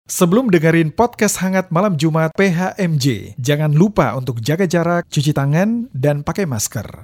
Sebelum dengerin podcast hangat malam Jumat PHMJ, jangan lupa untuk jaga jarak, cuci tangan, dan pakai masker.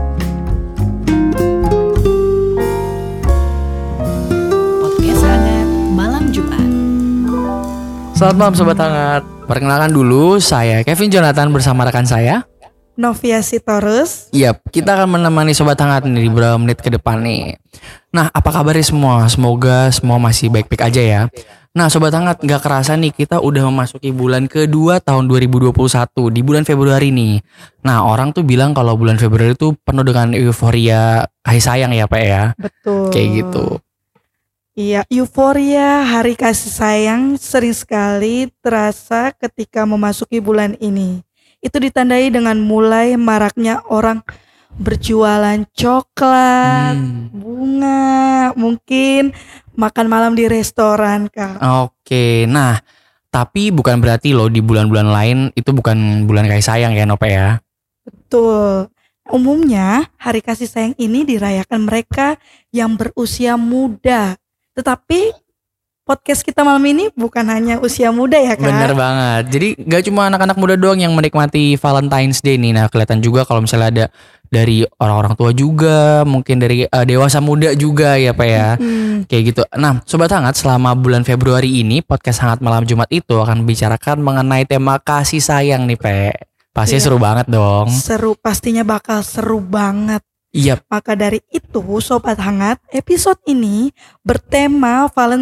Podcast hangat malam Jumat. Selamat malam Sobat Hangat. Perkenalkan dulu, saya Kevin Jonathan bersama rekan saya Novia Sitorus. Iya, kita akan menemani Sobat Hangat nih di beberapa menit ke depan nih. Nah, apa kabarnya semua? Semoga semua masih baik-baik aja ya. Nah, Sobat Hangat, gak kerasa nih kita udah memasuki bulan kedua tahun 2021 di bulan Februari nih. Nah, orang tuh bilang kalau bulan Februari tuh penuh dengan euforia kasih sayang ya Pak ya. Betul. Kayak gitu. Iya, euforia hari kasih sayang sering sekali terasa ketika memasuki bulan ini. Itu ditandai dengan mulai maraknya orang berjualan coklat, bunga, mungkin makan malam di restoran, Kak. Oke, nah tapi bukan berarti loh di bulan-bulan lain itu bukan bulan kasih sayang ya Nope ya. Betul. Umumnya hari kasih sayang ini dirayakan mereka yang berusia muda. Tetapi podcast kita malam ini bukan hanya usia muda ya Kak. Bener banget. Jadi gak cuma anak-anak muda doang yang menikmati Valentine's Day nih. Nah kelihatan juga kalau misalnya ada dari orang-orang tua juga, mungkin dari dewasa muda juga ya Pak ya. Kayak gitu. Nah Sobat Hangat, selama bulan Februari ini podcast Hangat Malam Jumat itu akan membicarakan mengenai tema kasih sayang nih Pak. Pasti Iya. seru banget dong. Seru, pastinya bakal seru banget. Iya. Maka dari itu Sobat Hangat, episode ini bertema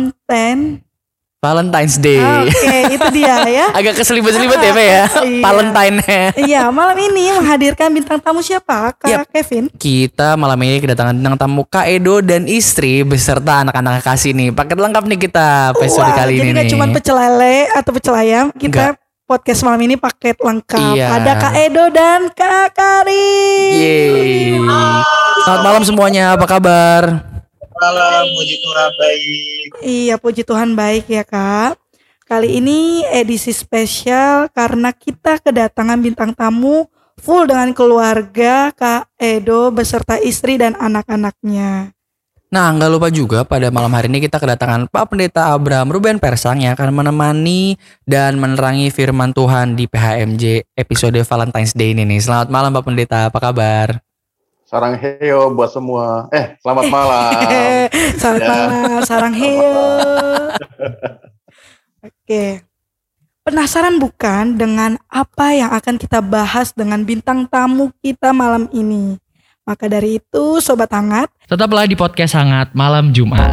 Valentine's Day. Oke, itu dia ya. Agak keselibet-selibet ya Pak ya. Iya. Valentine. Iya, malam ini menghadirkan bintang tamu siapa? Kak Yap. Kevin. Kita malam ini kedatangan bintang tamu Kak Edo dan istri beserta anak-anak kasih nih. Paket lengkap nih kita episode Wah, kali jadi ini gak nih. cuma pecel lele atau pecel ayam, kita podcast malam ini paket lengkap. Iya. Ada Kak Edo dan Kak Karin. Yeay. Selamat malam semuanya, apa kabar? Malam, puji Tuhan baik. Iya, puji Tuhan baik ya Kak. Kali ini edisi spesial karena kita kedatangan bintang tamu full dengan keluarga Kak Edo beserta istri dan anak-anaknya. Nah, nggak lupa juga pada malam hari ini kita kedatangan Pak Pendeta Abraham Ruben Persang yang akan menemani dan menerangi firman Tuhan di PHMJ episode Valentine's Day ini nih. Selamat malam Pak Pendeta, apa kabar? Sarang heo buat semua. Selamat malam. Selamat Ya. malam, sarang heo. Oke. Penasaran bukan dengan apa yang akan kita bahas dengan bintang tamu kita malam ini? Maka dari itu, Sobat Hangat, Tetaplah di podcast Hangat Malam Jumat.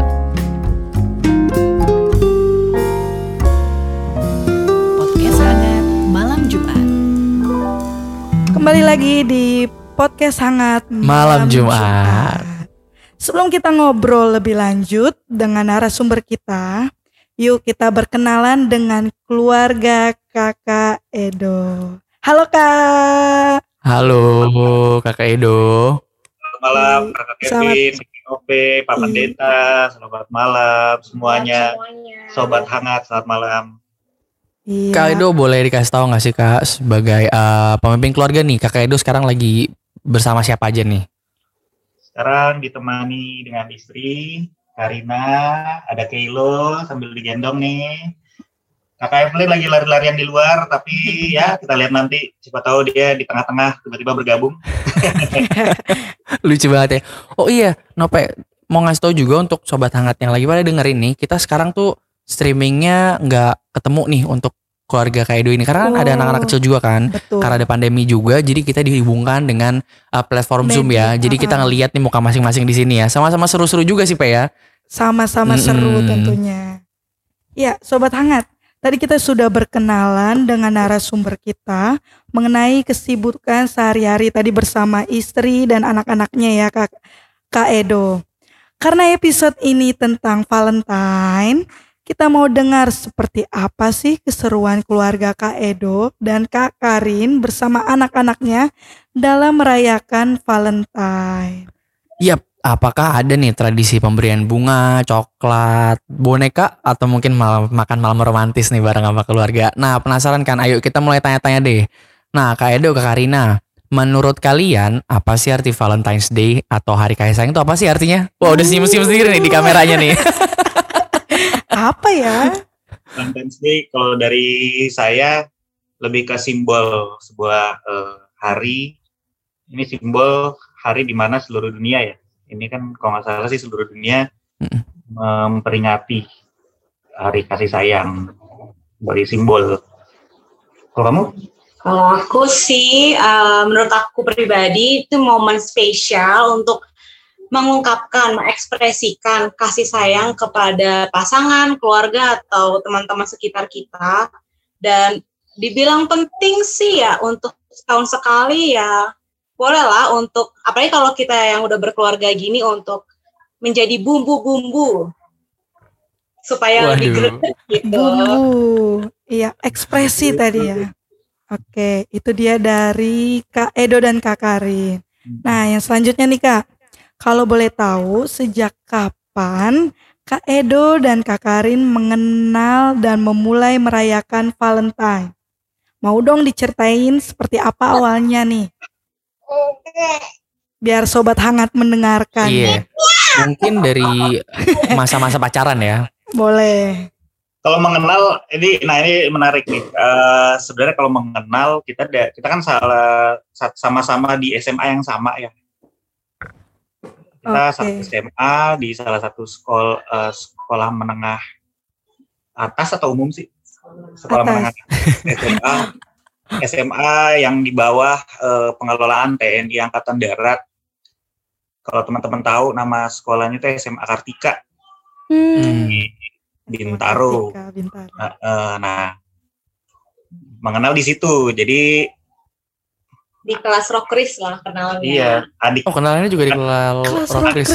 Podcast hangat malam Jumat. kembali lagi di podcast Hangat Malam Jumat. Sebelum kita ngobrol lebih lanjut dengan narasumber kita, yuk kita berkenalan dengan keluarga Kakak Edo. Halo Kak. Halo Kakak Edo. Selamat malam, Kakak Kevin, Ope, Pak Pendeta. Selamat malam semuanya. Sobat Hangat, selamat malam. Iya. Kak Edo boleh dikasih tahu nggak sih Kak sebagai pemimpin keluarga nih, Kakak Edo sekarang lagi bersama siapa aja nih? Sekarang ditemani dengan istri, Karina, ada Keilo sambil digendong nih. Kakak Evelyn lagi lari-larian di luar, tapi ya kita lihat nanti. Siapa tahu dia di tengah-tengah tiba-tiba bergabung. Lucu banget ya. Oh iya, Nope mau ngasih tahu juga untuk Sobat Hangat yang lagi pada dengerin nih, kita sekarang tuh streamingnya nggak ketemu nih untuk keluarga Kak Edo ini karena kan ada anak-anak kecil juga kan. Betul. Karena ada pandemi juga, jadi kita dihubungkan dengan platform Zoom ya. Jadi kita ngelihat nih muka masing-masing di sini ya. Sama-sama seru-seru juga sih Pak ya. Sama-sama seru tentunya. Ya, Sobat Hangat, tadi kita sudah berkenalan dengan narasumber kita mengenai kesibukan sehari-hari tadi bersama istri dan anak-anaknya ya Kak Edo. Karena episode ini tentang Valentine, kita mau dengar seperti apa sih keseruan keluarga Kak Edo dan Kak Karin bersama anak-anaknya dalam merayakan Valentine. Yap, apakah ada nih tradisi pemberian bunga, coklat, boneka, atau mungkin makan malam romantis nih bareng sama keluarga? Nah, penasaran kan? Ayo kita mulai tanya-tanya deh. Nah, Kak Edo, Kak Karina, menurut kalian apa sih arti Valentine's Day atau hari kasih sayang itu apa sih artinya? Wah, udah senyum-senyum sendiri nih di kameranya nih. Apa ya? Valentine's Day kalau dari saya lebih ke simbol sebuah hari. Ini simbol hari di mana seluruh dunia ya. Ini kan kalau nggak salah sih seluruh dunia memperingati hari kasih sayang sebagai simbol. Kalau kamu? Kalau aku sih, menurut aku pribadi itu momen spesial untuk mengungkapkan, mengekspresikan kasih sayang kepada pasangan, keluarga, atau teman-teman sekitar kita. Dan dibilang penting sih ya untuk setahun sekali ya, bolehlah untuk, apalagi kalau kita yang udah berkeluarga gini, untuk menjadi bumbu-bumbu supaya lebih greget gitu. Bumbu, iya ekspresi tadi ya. Oke, itu dia dari Kak Edo dan Kak Karin. Nah, yang selanjutnya nih Kak, kalau boleh tahu sejak kapan Kak Edo dan Kak Karin mengenal dan memulai merayakan Valentine? Mau dong diceritain seperti apa awalnya nih? Biar sobat hangat mendengarkan. Iya. Mungkin dari masa-masa pacaran ya. Boleh. Kalau mengenal ini menarik nih. Sebenarnya kalau mengenal kita kan sama-sama di SMA yang sama ya. Kita satu SMA di salah satu sekolah menengah atas atau umum sih? Sekolah menengah SMA yang di bawah pengelolaan TNI Angkatan Darat. Kalau teman-teman tahu nama sekolahnya itu SMA Kartika. Bintaro. Nah, mengenal di situ. Jadi di kelas Rockris lah kenalannya. Iya, kenalannya juga di kelas Rockris.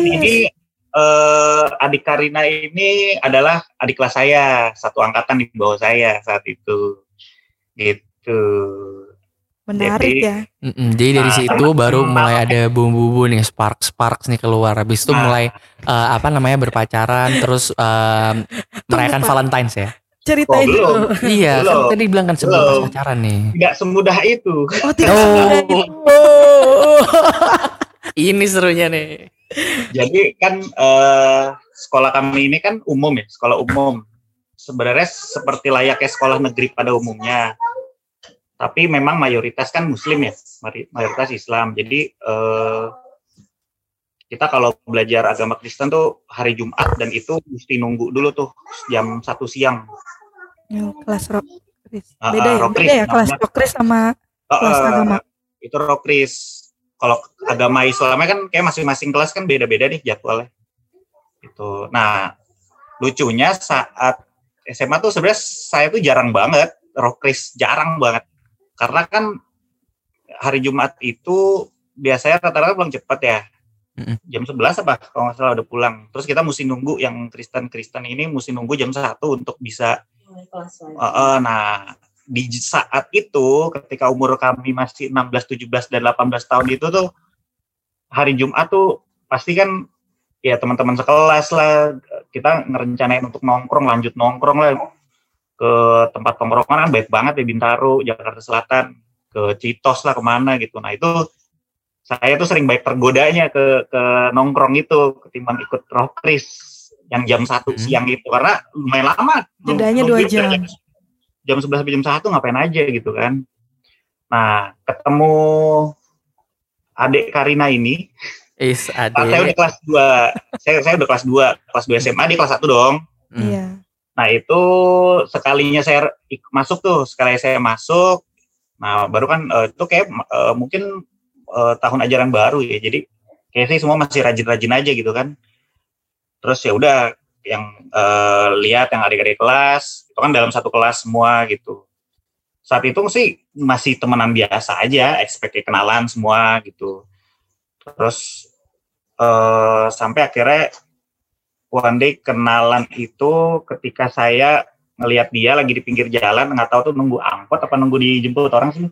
Adik Karina ini adalah adik kelas saya, satu angkatan di bawah saya saat itu. Gitu. Menarik ya. Jadi dari situ baru mulai ada bumbu-bumbu nih, sparks nih keluar. Habis itu mulai berpacaran, terus merayakan Valentine's ya. Ceritain dulu. Iya, kan tadi bilang kan sebelum pacaran nih. Tidak semudah itu. Tidak semudah itu. Ini serunya nih. Jadi kan sekolah kami ini kan umum ya, sekolah umum. Sebenarnya seperti layaknya sekolah negeri pada umumnya. Tapi memang mayoritas kan Muslim ya, mayoritas Islam. Jadi kita kalau belajar agama Kristen tuh hari Jumat dan itu mesti nunggu dulu tuh jam 1 siang. Kelas Rockris. Beda ya kelas Rockris sama kelas agama. Itu Rockris. Kalau agama Islamnya kan kayak masing-masing kelas kan beda-beda nih jadwalnya. Gitu. Nah, lucunya saat SMA tuh sebenarnya saya tuh jarang banget Rockris, jarang banget. Karena kan hari Jumat itu biasanya rata-rata pulang cepat ya. Jam 11 apa kalau nggak salah udah pulang. Terus kita mesti nunggu yang Kristen ini mesti nunggu jam 1 untuk bisa. Nah, di saat itu ketika umur kami masih 16, 17 dan 18 tahun itu tuh hari Jumat tuh pasti kan ya teman-teman sekelas lah kita ngerencanain untuk lanjut nongkrong lah ke tempat tongkrongan kan baik banget di Bintaro, Jakarta Selatan, ke Citos lah kemana gitu. Nah itu saya tuh sering baik tergodanya ke nongkrong itu ketimbang ikut Rockris yang jam 1 siang itu karena lumayan lama. Jedanya 2 jam. Jam 11 sampai jam 1 ngapain aja gitu kan. Nah ketemu adik Karina ini. Saya udah kelas 2. Saya udah kelas 2 SMA, dia kelas 1 dong. Iya. Nah itu sekalinya saya masuk, nah baru kan itu kayak mungkin tahun ajaran baru ya, jadi kayak sih semua masih rajin-rajin aja gitu kan. Terus ya udah yang lihat yang adik-adik kelas, itu kan dalam satu kelas semua gitu. Saat itu sih masih temenan biasa aja, expect kenalan semua gitu. Terus sampai akhirnya one day kenalan itu ketika saya ngelihat dia lagi di pinggir jalan, nggak tahu tuh nunggu angkot apa nunggu dijemput orang sih.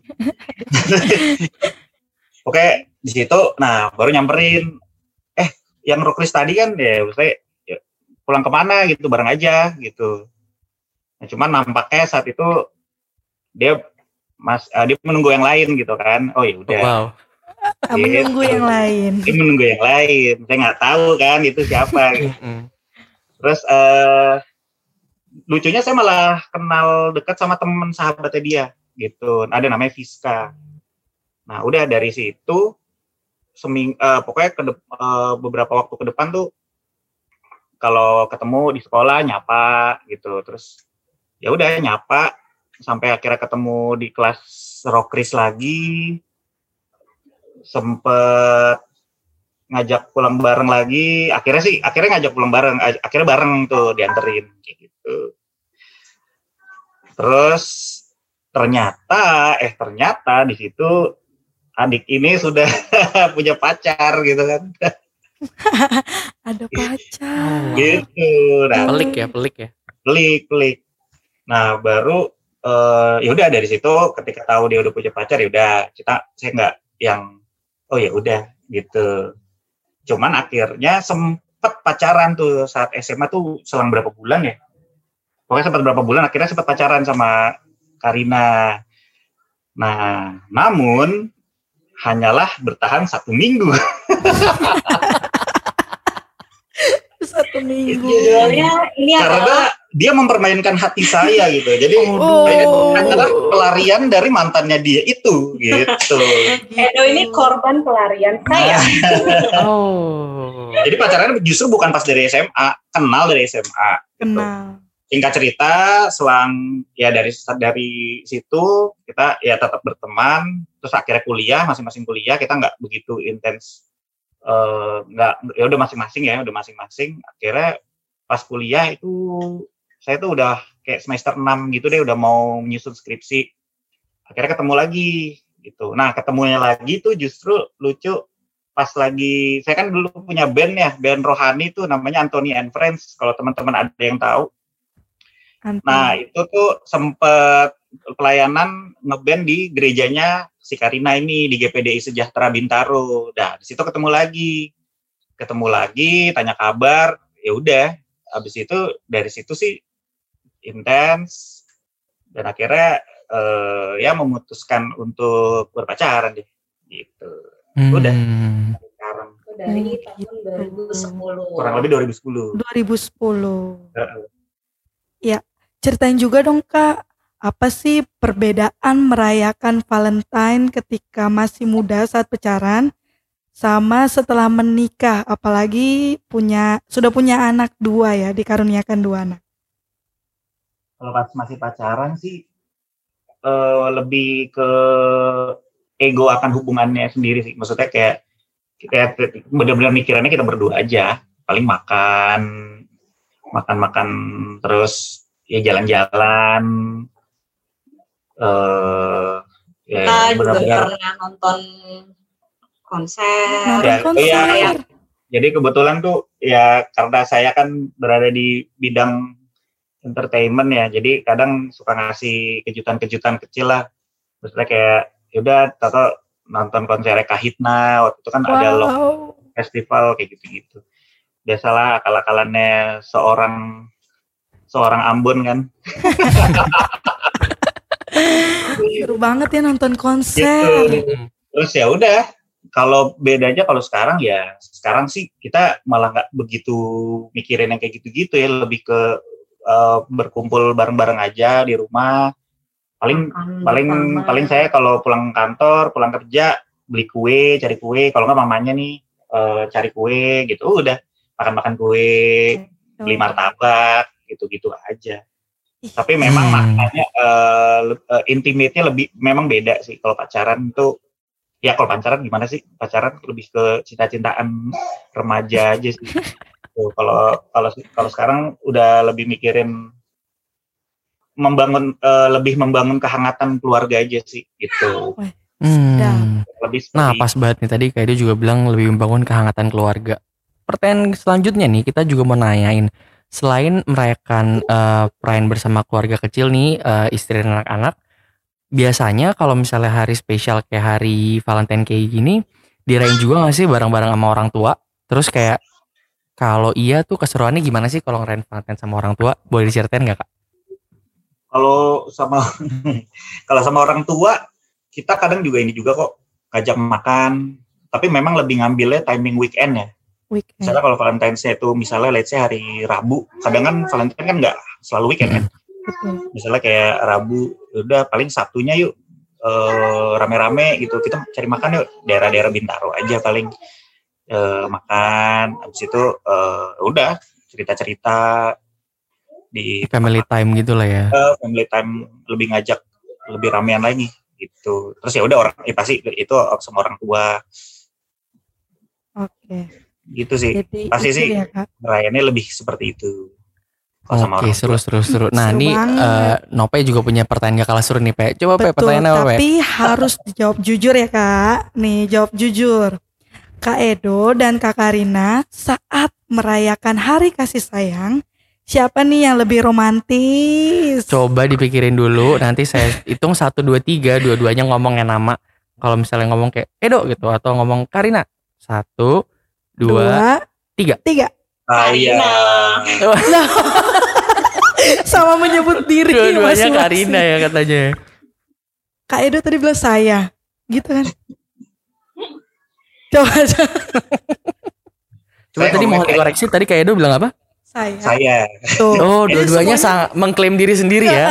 Oke, di situ, nah baru nyamperin. Yang Rockris tadi kan ya, saya pulang kemana gitu, bareng aja gitu. Nah, cuman nampaknya saat itu dia menunggu yang lain gitu kan. Oh ya udah. Wow. Menunggu yang lain. Dia menunggu yang lain. Saya nggak tahu kan itu siapa. Gitu. Terus lucunya saya malah kenal dekat sama teman sahabatnya dia gitu. Ada namanya Fiska. Nah, udah dari situ pokoknya beberapa waktu ke depan tuh kalau ketemu di sekolah nyapa gitu. Terus ya udah nyapa sampai akhirnya ketemu di kelas Rokris lagi. Sempet ngajak pulang bareng lagi. Akhirnya ngajak pulang bareng. Akhirnya bareng tuh dianterin kayak gitu. Terus ternyata di situ adik ini sudah punya pacar gitu kan. Ada pacar. Gitu. Nah, Pelik ya. Pelik. Nah, baru ya udah dari situ ketika tahu dia udah punya pacar ya udah saya nggak yang oh ya udah gitu. Cuman akhirnya sempet pacaran tuh saat SMA tuh selang berapa bulan ya. Pokoknya sempat berapa bulan akhirnya sempat pacaran sama Karina. Nah, namun hanyalah bertahan 1 minggu. 1 minggu. Judulnya ini Karena dia mempermainkan hati saya gitu. Jadi adalah pelarian dari mantannya dia itu gitu. Edo ini korban pelarian saya. Jadi pacarannya justru bukan pas dari SMA, kenal dari SMA. Kenal. Singkat cerita, selang ya dari situ kita ya tetap berteman. Terus akhirnya kuliah, masing-masing kuliah kita nggak begitu intens, nggak ya udah masing-masing. Akhirnya pas kuliah itu saya tuh udah kayak semester 6 gitu deh, udah mau menyusun skripsi. Akhirnya ketemu lagi gitu. Nah, ketemunya lagi tuh justru lucu pas lagi saya kan dulu punya band ya, band rohani tuh namanya Anthony and Friends. Kalau teman-teman ada yang tahu. Nah, itu tuh sempet pelayanan ngeband di gerejanya si Karina ini di GPDI Sejahtera Bintaro. Nah, di situ ketemu lagi, tanya kabar, ya udah. Habis itu dari situ sih intens dan akhirnya ya memutuskan untuk berpacaran deh gitu. Udah sekarang Dari tahun 2010. kurang lebih 2010. Ya, ceritain juga dong Kak, apa sih perbedaan merayakan Valentine ketika masih muda saat pacaran sama setelah menikah, apalagi sudah punya anak 2 ya, dikaruniakan 2 anak. Kalau pas masih pacaran sih lebih ke ego akan hubungannya sendiri sih. Maksudnya kayak benar-benar mikirannya kita berdua aja, paling makan terus ya jalan-jalan. Ya Kita juga benar-benar pernah nonton konser. Konser. Jadi kebetulan tuh ya karena saya kan berada di bidang entertainment ya, jadi kadang suka ngasih kejutan-kejutan kecil lah. Maksudnya kayak yaudah Tato nonton konsernya Kahitna, waktu itu kan ada festival kayak gitu-gitu. Biasalah akal-akalannya seorang Ambon kan. Seru banget ya nonton konser. Gitu. Terus ya udah, kalau bedanya kalau sekarang sih kita malah nggak begitu mikirin yang kayak gitu-gitu ya, lebih ke berkumpul bareng-bareng aja di rumah. Paling saya kalau pulang kantor, pulang kerja beli kue, cari kue. Kalau nggak mamanya nih cari kue gitu. Udah makan kue, beli martabak gitu-gitu aja. Tapi memang maknanya intimate-nya lebih memang beda sih kalau pacaran tuh. Ya kalau pacaran gimana sih? Pacaran lebih ke cinta-cintaan remaja aja sih. Tuh, kalau sekarang udah lebih mikirin lebih membangun kehangatan keluarga aja sih gitu. Nah, pas banget nih tadi kayak dia juga bilang lebih membangun kehangatan keluarga. Pertanyaan selanjutnya nih, kita juga mau nanyain, selain merayakan perayaan bersama keluarga kecil nih, istri dan anak-anak, biasanya kalau misalnya hari spesial kayak hari Valentine kayak gini, dirayain juga nggak sih bareng-bareng sama orang tua? Terus kayak kalau iya tuh keseruannya gimana sih kalau ngerayain Valentine sama orang tua? Boleh diceritain nggak Kak? Kalau sama orang tua kita kadang juga kok ngajak makan, tapi memang lebih ngambilnya timing weekend ya. Misalnya kalau Valentine's itu misalnya let's say hari Rabu, kadang kan Valentine kan nggak selalu weekend kan. Betul. Misalnya kayak Rabu, udah paling Sabtunya yuk rame-rame gitu, kita cari makan yuk daerah-daerah Bintaro aja paling makan, habis itu udah cerita-cerita di Family time gitu lah ya. family time, lebih ngajak lebih ramean lagi gitu. Terus ya udah orang pasti itu sama orang tua Oke. gitu sih. Jadi Pasti itu sih ya Kak. ngerayainnya lebih seperti itu. Kalau sama Oke, orang tua. seru. Nah, Seru ini banget. Nope juga punya pertanyaan gak kalah seru nih, Pe. Coba Pe, Betul, pertanyaan apa, Pe? tapi harus dijawab jujur ya Kak. Nih, jawab jujur. Kak Edo dan Kak Karina saat merayakan hari kasih sayang, siapa nih yang lebih romantis? Coba dipikirin dulu, nanti saya hitung 1, 2, 3, dua-duanya ngomongnya nama. Kalau misalnya ngomong kayak Edo gitu, atau ngomong Karina. 1, 2, 3. 3. Karina. Sama menyebut diri Dua-duanya masing-masing. Karina ya katanya. Kak Edo tadi bilang saya, gitu kan? Coba. Coba Saya tadi mau ngomongnya dikoreksi, tadi kayak Edo bilang apa? Saya. Saya. Tuh. Oh, Ini dua-duanya semuanya- mengklaim diri sendiri ya.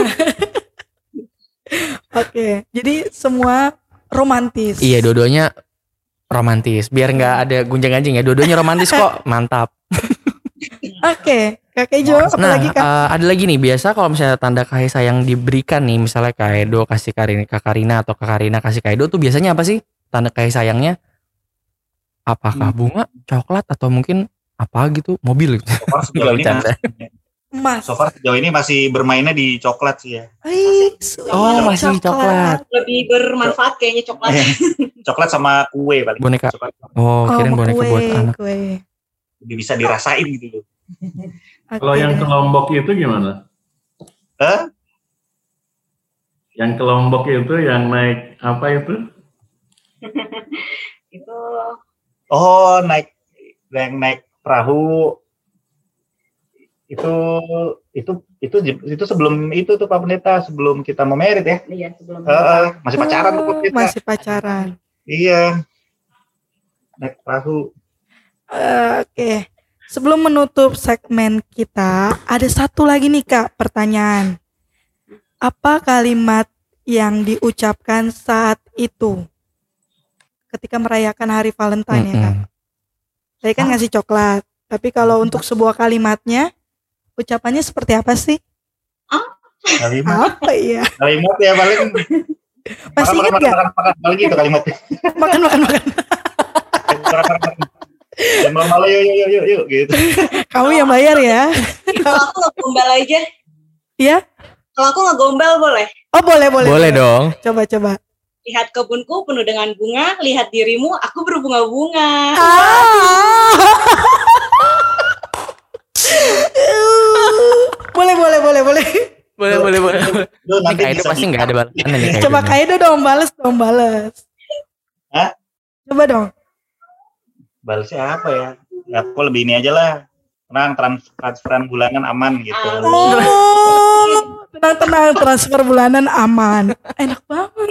Oke, jadi semua romantis. Iya, dua-duanya romantis. Biar nggak ada gunjang-ganjing ya. Dua-duanya romantis kok. Mantap. Oke, Kak Ejo, apa Nah, lagi Kak? ada lagi nih. Biasa kalau misalnya tanda kasih sayang diberikan nih, misalnya Kak Edo kasih Kak Karina atau Kak Karina kasih Kak Edo tuh biasanya apa sih tanda kasih sayangnya? Apakah bunga, coklat, atau mungkin apa gitu, mobil gitu? So far sejauh ini Bercanda. Emas. So far sejauh ini masih bermainnya di coklat sih ya. Oh, masih coklat. Lebih bermanfaat kayaknya coklat. Coklat sama kue paling. Boneka. Coklat Oh, kirain mau boneka buat anak. kue. lebih bisa dirasain gitu loh. Kalau Oke yang deh. ke Lombok itu gimana? Hah? Yang ke Lombok itu yang naik apa itu? Itu Oh, naik perahu itu sebelum itu tuh Pak Pendeta, sebelum kita mau merit ya. iya sebelum Masih pacaran tuh Pak Pendeta. Masih pacaran. Iya. Naik perahu. Oke. Sebelum menutup segmen kita, ada satu lagi nih Kak pertanyaan. Apa kalimat yang diucapkan saat itu? Ketika merayakan hari Valentine ya Kak. Saya kan ngasih coklat. Tapi kalau untuk sebuah kalimatnya, ucapannya seperti apa sih? Kalimat Apa ya? ya paling Masih ingat gak? makan paling gitu kalimatnya. Makan. Makan. Malu yuk gitu. Kamu yang bayar ya? kalau aku ngegombal aja. Ya? Kalau aku ngegombal boleh. Oh boleh. Boleh dong. Coba. Lihat kebunku penuh dengan bunga, lihat dirimu aku berbunga-bunga. Boleh. Boleh. Lu Ini nanti Kak Edo bisa pasti nggak ada balasan nih. Kak Coba Edo. Kak Edo dong, bales. Hah? Coba dong. balasnya apa ya? Ya aku lebih ini aja lah. Tenang, transferan bulanan aman gitu. Oh, tenang, transfer bulanan aman. Enak banget.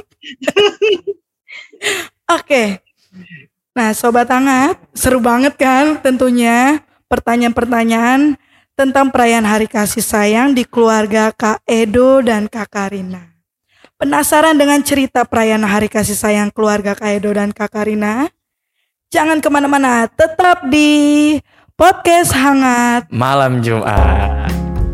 Oke. Nah, Sobat Hangat, seru banget kan tentunya pertanyaan-pertanyaan tentang perayaan Hari Kasih Sayang di keluarga Kak Edo dan Kak Karina. Penasaran dengan cerita perayaan Hari Kasih Sayang keluarga Kak Edo dan Kak Karina? Jangan kemana-mana, tetap di Podcast Hangat. Malam Jumat.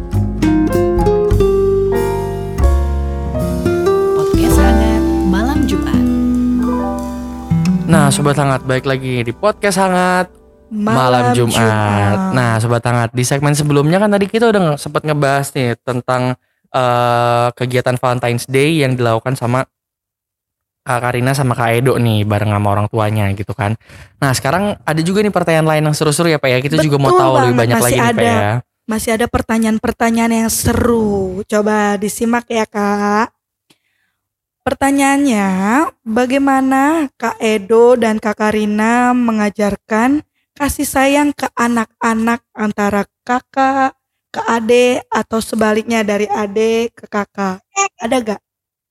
Podcast Hangat Malam Jumat. Nah, Sobat Hangat, balik lagi di Podcast Hangat Malam Jumat. Nah, Sobat Hangat, di segmen sebelumnya kan tadi kita udah sempat ngebahas nih tentang kegiatan Valentine's Day yang dilakukan sama Kak Karina sama Kak Edo nih bareng sama orang tuanya gitu kan. Nah, sekarang ada juga nih pertanyaan lain yang seru-seru ya Pak ya. Kita juga mau Betul tahu lebih banget, banyak lagi masih nih Pak ada. ya. Masih ada pertanyaan-pertanyaan yang seru. Coba disimak ya Kak. Pertanyaannya, bagaimana Kak Edo dan Kak Karina mengajarkan kasih sayang ke anak-anak antara kakak ke adik atau sebaliknya dari adik ke kakak? Ada gak?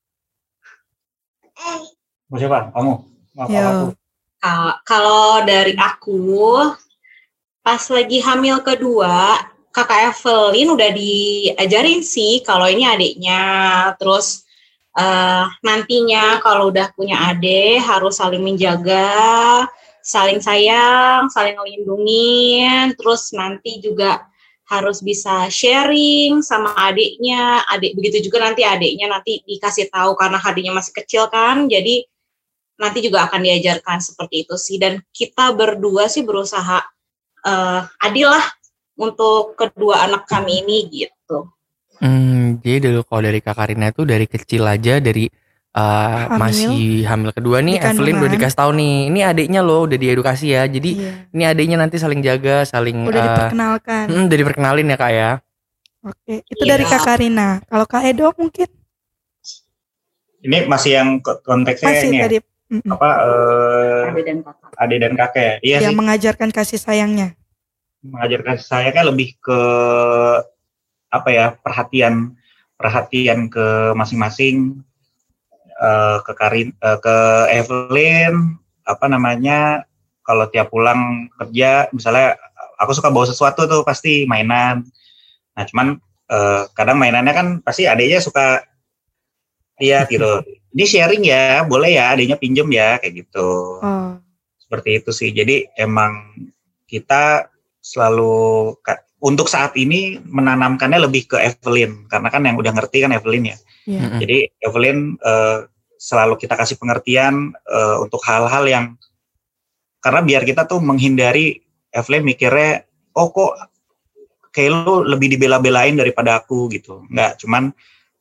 Mau siapa? Kamu? Mau Yo. aku? Kalau dari aku, pas lagi hamil kedua, Kakak Evelyn udah diajarin sih kalau ini adiknya. Terus nantinya kalau udah punya adik harus saling menjaga, saling sayang, saling melindungi. Terus nanti juga harus bisa sharing sama adiknya. Adik begitu juga nanti adiknya nanti dikasih tahu karena adiknya masih kecil kan. Jadi nanti juga akan diajarkan seperti itu sih. Dan kita berdua sih berusaha adil lah untuk kedua anak kami ini gitu. Jadi dulu kalau dari Kak Karina itu dari kecil aja dari masih hamil kedua nih, Evelyn udah dikasih tahu nih, ini adiknya loh udah diedukasi ya. Jadi ini adiknya nanti saling jaga, saling udah diperkenalkan. Udah diperkenalin ya Kak ya. Oke, itu dari Kak Karina. Kalau Kak Edo mungkin? Ini masih yang konteksnya masih ini tadi, adik dan kakek. Iya yang sih. mengajarkan kasih sayangnya. Mengajarkan saya kan lebih ke perhatian ke masing-masing, ke Evelyn, kalau tiap pulang kerja misalnya aku suka bawa sesuatu tuh pasti mainan. Nah cuman kadang mainannya kan pasti adiknya suka lihat gitu, ini sharing ya, boleh ya adiknya pinjem ya, kayak gitu. Seperti itu sih. Jadi emang kita selalu untuk saat ini menanamkannya lebih ke Evelyn karena kan yang udah ngerti kan Evelyn ya. Jadi Evelyn selalu kita kasih pengertian untuk hal-hal yang, karena biar kita tuh menghindari Evelyn mikirnya kok kayak lu lebih dibela-belain daripada aku gitu. Enggak, cuman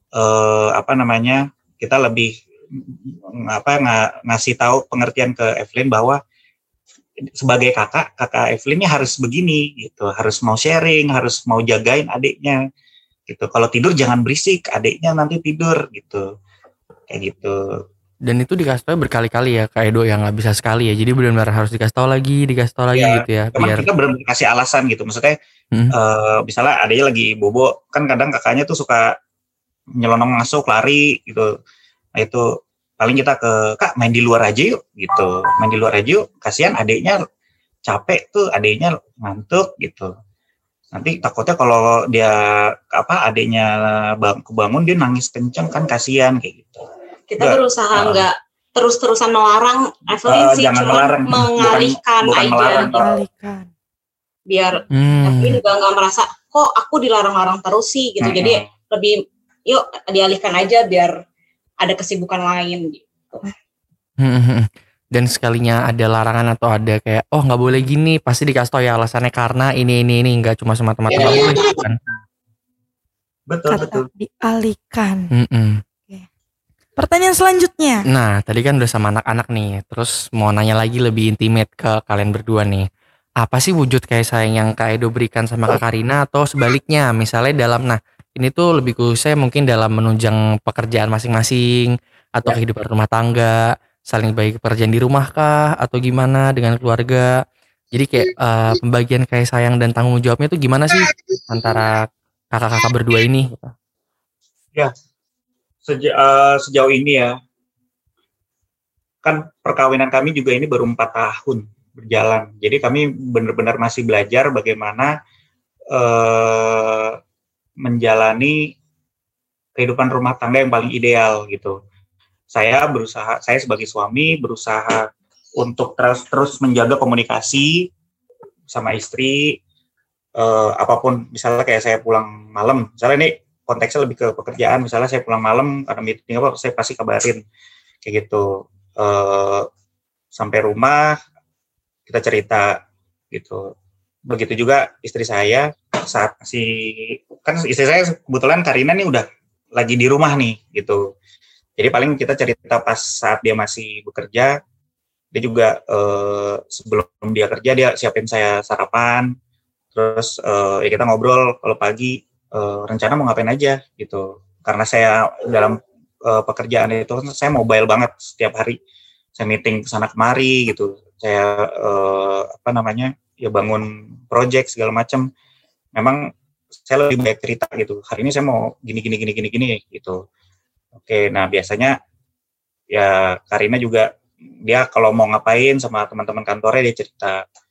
kita lebih ngasih tahu pengertian ke Evelyn bahwa sebagai kakak Evelyn ini harus begini gitu, harus mau sharing, harus mau jagain adiknya gitu. Kalau tidur jangan berisik, adiknya nanti tidur gitu, kayak gitu. Dan itu dikasih tahu berkali-kali ya Kak Edo, yang nggak bisa sekali ya. Jadi benar-benar harus dikasih tahu lagi gitu ya. Cuman kita benar-benar kasih alasan gitu, maksudnya misalnya adiknya lagi bobo, kan kadang kakaknya tuh suka nyelonong masuk lari gitu. Nah itu paling kita Kak main di luar aja yuk gitu, main di luar aja yuk, kasihan adiknya capek tuh, adiknya ngantuk gitu, nanti takutnya kalau dia adiknya kebangun dia nangis kenceng kan, kasihan kayak gitu. Kita berusaha nggak terus-terusan melarang Evelyn sih, cuma mengalihkan aja mengalihkan. Biar Evelyn juga nggak merasa kok aku dilarang-larang terus sih gitu. Jadi lebih yuk dialihkan aja biar ada kesibukan lain gitu. Dan sekalinya ada larangan atau ada kayak nggak boleh gini, pasti dikasih tahu ya alasannya karena ini nggak cuma semata-mata nggak boleh kan. Betul. Dialihkan. Pertanyaan selanjutnya. Nah tadi kan udah sama anak-anak nih, terus mau nanya lagi lebih intimate ke kalian berdua nih. Apa sih wujud kasih sayang yang Kak Edo berikan sama Kak Karina, atau sebaliknya misalnya dalam ini tuh lebih khususnya mungkin dalam menunjang pekerjaan masing-masing atau kehidupan rumah tangga, saling bagi pekerjaan di rumah kah atau gimana dengan keluarga. Jadi kayak pembagian kasih sayang dan tanggung jawabnya tuh gimana sih antara kakak-kakak berdua ini? Ya, sejauh ini ya, kan perkawinan kami juga ini baru 4 tahun berjalan. Jadi kami benar-benar masih belajar bagaimana menjalani kehidupan rumah tangga yang paling ideal gitu. Saya sebagai suami berusaha untuk terus menjaga komunikasi sama istri, apapun, misalnya kayak saya pulang malam, misalnya ini konteksnya lebih ke pekerjaan, misalnya saya pulang malam karena meeting saya pasti kabarin kayak gitu. Sampai rumah kita cerita gitu. Begitu juga istri saya, saat kan istri saya kebetulan Karina nih udah lagi di rumah nih gitu. Jadi paling kita cerita pas saat dia masih bekerja, dia juga sebelum dia kerja dia siapin saya sarapan, terus ya kita ngobrol kalau pagi rencana mau ngapain aja gitu. Karena saya dalam pekerjaan itu saya mobile banget, setiap hari saya meeting kesana kemari gitu. Saya ya bangun project segala macam. Memang saya lebih banyak cerita gitu. Hari ini saya mau gini gitu. Oke, nah biasanya ya Karina juga dia kalau mau ngapain sama teman-teman kantornya dia cerita.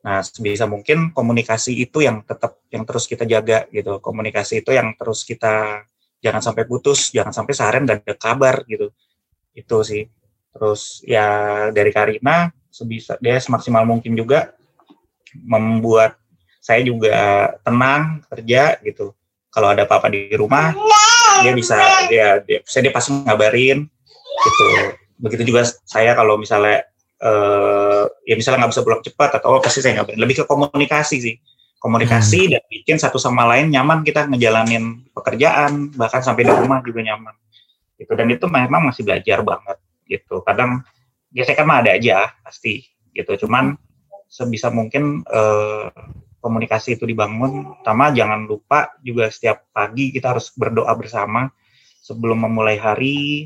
Nah, sebisa mungkin komunikasi itu yang terus kita jaga gitu. Komunikasi itu yang terus kita jangan sampai putus, jangan sampai seharian gak ada kabar gitu. Itu sih. Terus ya dari Karina dia semaksimal mungkin juga membuat saya juga tenang kerja gitu. Kalau ada apa-apa di rumah, dia pasti ngabarin gitu. Begitu juga saya kalau misalnya misalnya nggak bisa pulang cepat atau pasti saya ngabarin. Lebih ke komunikasi sih. Komunikasi dan bikin satu sama lain nyaman, kita ngejalanin pekerjaan, bahkan sampai di rumah juga nyaman. Gitu. Dan itu memang masih belajar banget gitu. Kadang saya kan mah ada aja pasti gitu. Cuman sebisa mungkin komunikasi itu dibangun. Pertama jangan lupa juga setiap pagi kita harus berdoa bersama sebelum memulai hari,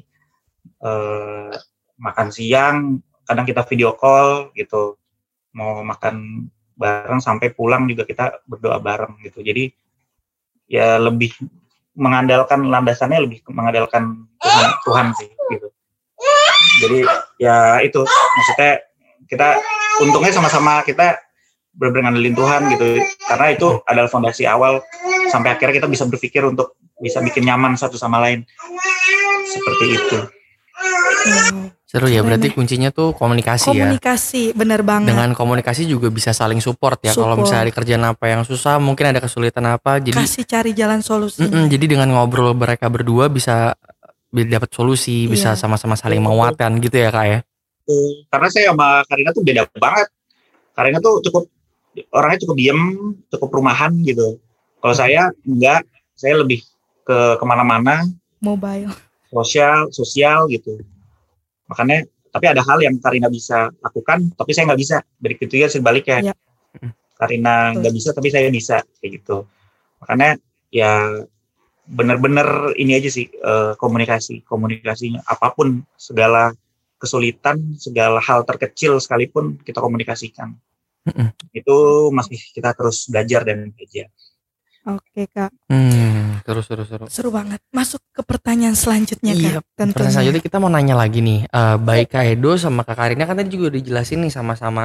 makan siang, kadang kita video call gitu. Mau makan bareng sampai pulang juga kita berdoa bareng gitu. Jadi ya lebih landasannya lebih mengandalkan Tuhan sih gitu. Jadi ya itu maksudnya kita untungnya sama-sama kita benar-benar Tuhan gitu, karena itu adalah fondasi awal sampai akhirnya kita bisa berpikir untuk bisa bikin nyaman satu sama lain seperti itu. Seru ya, berarti kuncinya tuh komunikasi ya. Komunikasi, bener banget. Dengan komunikasi juga bisa saling support ya. Kalau misalnya di kerjaan apa yang susah, mungkin ada kesulitan apa, jadi kasih cari jalan solusi. Jadi dengan ngobrol mereka berdua bisa dapat solusi, bisa sama-sama saling menguatkan gitu ya Kak ya. Karena saya sama Karina tuh beda banget. Karina tuh orangnya cukup diem, cukup rumahan gitu. Kalau saya enggak, saya lebih ke kemana-mana, mobile, sosial gitu. Makanya, tapi ada hal yang Karina bisa lakukan, tapi saya nggak bisa. Begitu ya sebaliknya. Karina nggak bisa, tapi saya bisa kayak gitu. Makanya ya benar-benar ini aja sih, komunikasinya apapun, segala kesulitan, segala hal terkecil sekalipun kita komunikasikan. Itu masih kita terus belajar dan belajar. Oke Kak. Seru banget. Masuk ke pertanyaan selanjutnya Kak. Pertanyaan selanjutnya kita mau nanya lagi nih. Baik Kak Edo sama Kak Karina kan tadi juga udah dijelasin nih sama-sama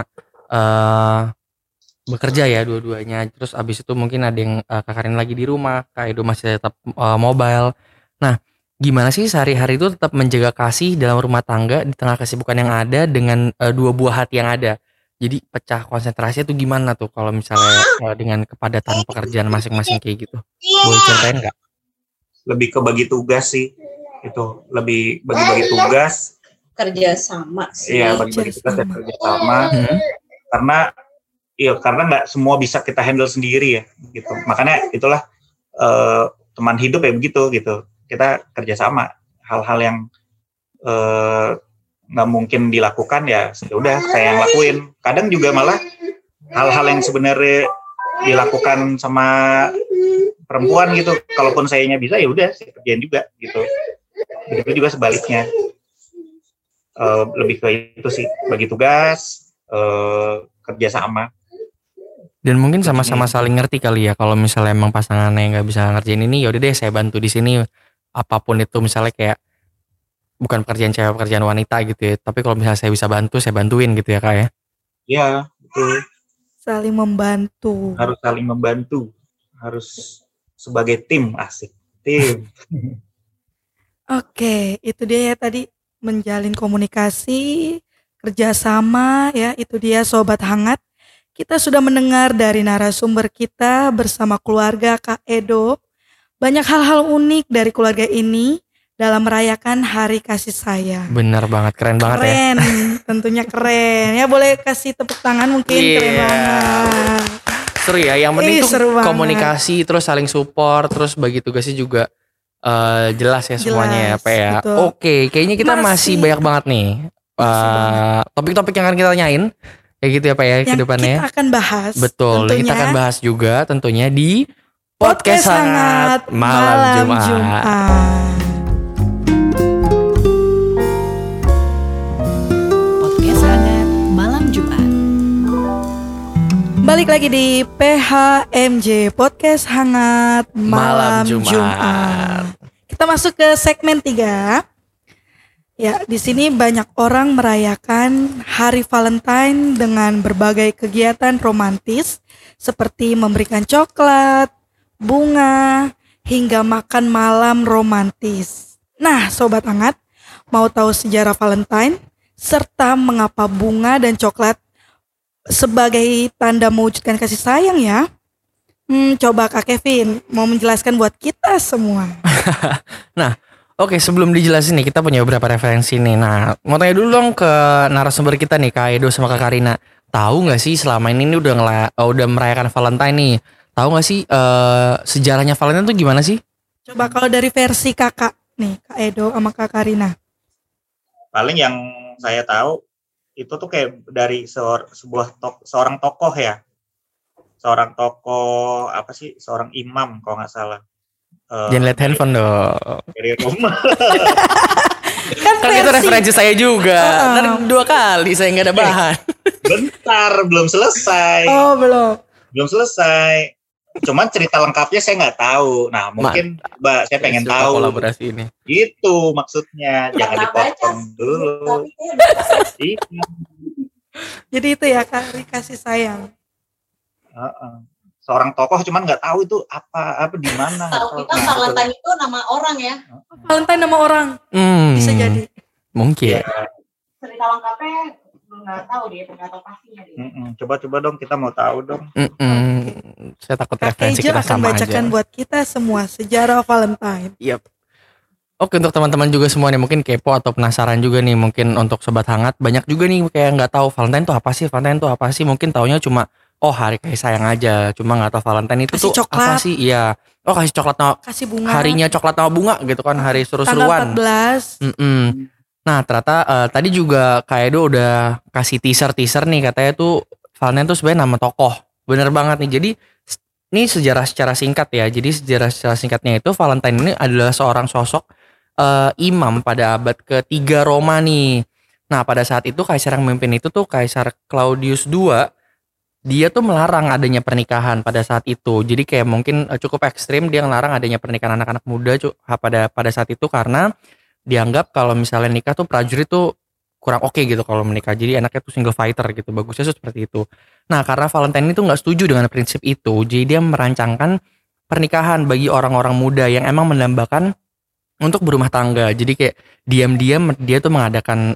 bekerja ya dua-duanya. Terus abis itu mungkin ada yang Kak Karina lagi di rumah, Kak Edo masih tetap mobile. Nah, gimana sih sehari-hari itu tetap menjaga kasih dalam rumah tangga di tengah kesibukan yang ada dengan dua buah hati yang ada? Jadi pecah konsentrasinya tuh gimana tuh kalau misalnya dengan kepadatan pekerjaan masing-masing kayak gitu? Boleh ceritain nggak? Lebih ke bagi tugas sih, itu lebih bagi tugas. Kerja sama sih. Iya, bagi tugas dan kerja sama. Karena nggak semua bisa kita handle sendiri ya, gitu. Makanya itulah teman hidup ya begitu gitu. Kita kerja sama, hal-hal yang nggak mungkin dilakukan ya udah saya yang lakuin. Kadang juga malah hal-hal yang sebenarnya dilakukan sama perempuan gitu, kalaupun sayanya bisa ya udah saya kerjain juga gitu. Begitu juga sebaliknya. Lebih ke itu sih, bagi tugas, kerja sama. Dan mungkin sama-sama saling ngerti kali ya, kalau misalnya emang pasangannya nggak bisa ngerjain ini, yaudah deh saya bantu di sini. Apapun itu, misalnya kayak bukan pekerjaan cewek, pekerjaan wanita gitu ya. Tapi kalau misalnya saya bisa bantu, saya bantuin gitu ya Kak ya. Iya, betul. Saling membantu. Harus saling membantu. Harus sebagai tim, asik. Tim. Oke, itu dia ya tadi, menjalin komunikasi, kerjasama ya, itu dia Sobat Hangat. Kita sudah mendengar dari narasumber kita bersama keluarga Kak Edo. Banyak hal-hal unik dari keluarga ini dalam merayakan Hari Kasih Sayang. Bener banget, keren banget ya. Keren, tentunya keren. Ya boleh kasih tepuk tangan mungkin, keren banget. Seru ya, yang penting tuh komunikasi, terus saling support, terus bagi tugasnya juga jelas ya semuanya ya Pak ya. Betul. Oke, kayaknya kita masih banyak banget nih topik-topik yang akan kita tanyain. Kayak gitu ya Pak ya ke depannya. Kita akan bahas. Betul, tentunya. Kita akan bahas juga tentunya di Podcast Hangat Malam Jumat. Podcast Hangat Malam Jumat. Balik lagi di PHMJ Podcast Hangat Malam Jumat. Kita masuk ke segmen 3. Ya, di sini banyak orang merayakan Hari Valentine dengan berbagai kegiatan romantis seperti memberikan coklat, bunga, hingga makan malam romantis. Nah, sobat hangat, mau tahu sejarah Valentine serta mengapa bunga dan coklat sebagai tanda mewujudkan kasih sayang ya? Coba Kak Kevin mau menjelaskan buat kita semua. Nah, oke, sebelum dijelasin nih, kita punya beberapa referensi nih. Nah, mau tanya dulu dong ke narasumber kita nih, Kak Edo sama Kak Karina. Tahu nggak sih selama ini udah merayakan Valentine nih? Tahu nggak sih sejarahnya Valentine tuh gimana sih? Coba kalau dari versi kakak nih, Kak Edo sama Kak Karina. Paling yang saya tahu itu tuh kayak dari seorang tokoh ya. Seorang tokoh apa sih? Seorang imam kalau nggak salah. Jangan lihat handphone dong. Dari rumah. Kan itu referensi saya juga. Ntar 2 kali saya nggak ada bahan. Bentar, belum selesai. Oh, belum selesai. Cuman cerita lengkapnya saya nggak tahu. Nah, mungkin Mbak, saya pengen tahu. Kolaborasi ini. Itu maksudnya. Jangan dipotong dulu. Jadi itu ya Kak, kasih sayang. Seorang tokoh cuman nggak tahu itu apa di mana. Tahu kita Valentine itu nama orang ya. Valentine nama orang. Bisa jadi. Mungkin. Cerita lengkapnya nggak tahu dia, nggak tahu pastinya dia. Coba dong, kita mau tahu dong. Saya takut Kak referensi Kejo kita akan sama bacakan aja. buat kita semua sejarah Valentine. Yap. Oke, untuk teman-teman juga semua nih mungkin kepo atau penasaran juga nih, mungkin untuk sobat hangat banyak juga nih kayak nggak tahu Valentine tuh apa sih, mungkin taunya cuma hari kasih sayang aja, cuma nggak tahu Valentine itu kasih tuh coklat. apa sih. Iya, kasih coklat kasih bunga, harinya coklat sama bunga gitu kan, hari seru-seruan. Tanggal 14. Nah ternyata tadi juga Kak Edo udah kasih teaser nih, katanya tuh Valentine tuh sebenarnya nama tokoh. Bener banget nih. Jadi ini sejarah secara singkat ya. Jadi sejarah secara singkatnya itu Valentine ini adalah seorang sosok imam pada abad ke-3 Roma nih. Nah pada saat itu kaisar yang memimpin itu tuh Kaisar Claudius II. Dia tuh melarang adanya pernikahan pada saat itu. Jadi kayak mungkin cukup ekstrim, dia melarang adanya pernikahan anak-anak muda pada saat itu karena dianggap kalau misalnya nikah tuh prajurit tuh kurang oke gitu kalau menikah. Jadi anaknya tuh single fighter gitu. Bagusnya tuh seperti itu. Nah karena Valentine itu nggak setuju dengan prinsip itu, jadi dia merancangkan pernikahan bagi orang-orang muda yang emang mendambakan untuk berumah tangga. Jadi kayak diam-diam dia tuh mengadakan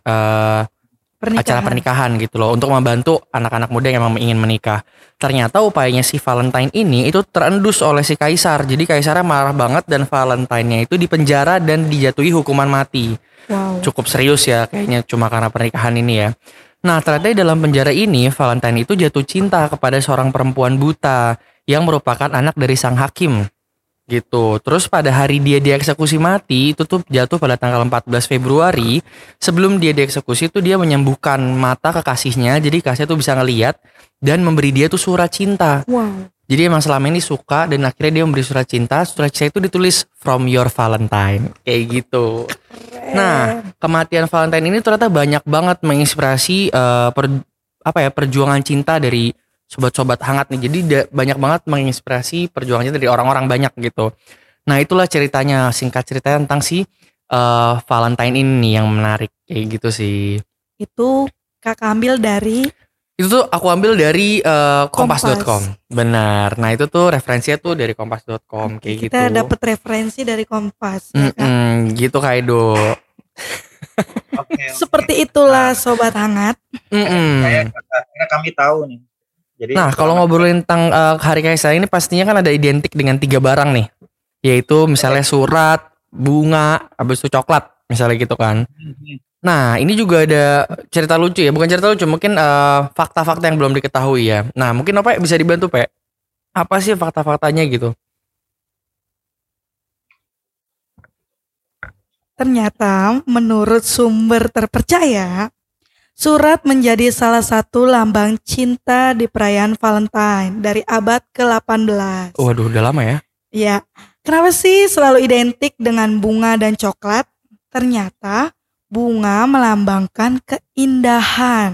acara pernikahan gitu loh, untuk membantu anak-anak muda yang emang ingin menikah. Ternyata upayanya si Valentine ini itu terendus oleh si kaisar. Jadi kaisarnya marah banget dan Valentine-nya itu dipenjara dan dijatuhi hukuman mati. Wow. Cukup serius ya kayaknya, cuma karena pernikahan ini ya. Nah ternyata di dalam penjara ini Valentine itu jatuh cinta kepada seorang perempuan buta yang merupakan anak dari sang hakim gitu. Terus pada hari dia dieksekusi mati itu tuh jatuh pada tanggal 14 Februari. Sebelum dia dieksekusi itu dia menyembuhkan mata kekasihnya, jadi kasihnya tuh bisa ngelihat dan memberi dia tuh surat cinta. Wow. Jadi emang selama ini suka dan akhirnya dia memberi surat cinta. Surat cinta itu ditulis from your Valentine kayak gitu. Nah kematian Valentine ini ternyata banyak banget menginspirasi perjuangan cinta dari sobat-sobat hangat nih. Jadi banyak banget menginspirasi perjuangannya dari orang-orang banyak gitu. Nah itulah ceritanya, singkat ceritanya tentang si Valentine ini yang menarik kayak gitu sih. Itu Kakak ambil dari? Itu tuh aku ambil dari kompas.com. Benar. Nah itu tuh referensinya tuh dari kompas.com kayak gitu. Kita dapat referensi dari Kompas. Ya, Kak? Gitu Kak Edo. Okay. Seperti itulah sobat hangat. Karena kami tahu nih. Jadi, nah kalau ngobrolin tentang hari kasih sayang ini pastinya kan ada identik dengan 3 barang nih, yaitu misalnya surat, bunga, habis itu coklat misalnya gitu kan. Nah ini juga ada cerita lucu ya, bukan cerita lucu, mungkin fakta-fakta yang belum diketahui ya. Nah mungkin Ope bisa dibantu Pe, apa sih fakta-faktanya gitu? Ternyata menurut sumber terpercaya, surat menjadi salah satu lambang cinta di perayaan Valentine dari abad ke-18. Waduh, udah lama ya? Ya, kenapa sih selalu identik dengan bunga dan coklat? Ternyata bunga melambangkan keindahan,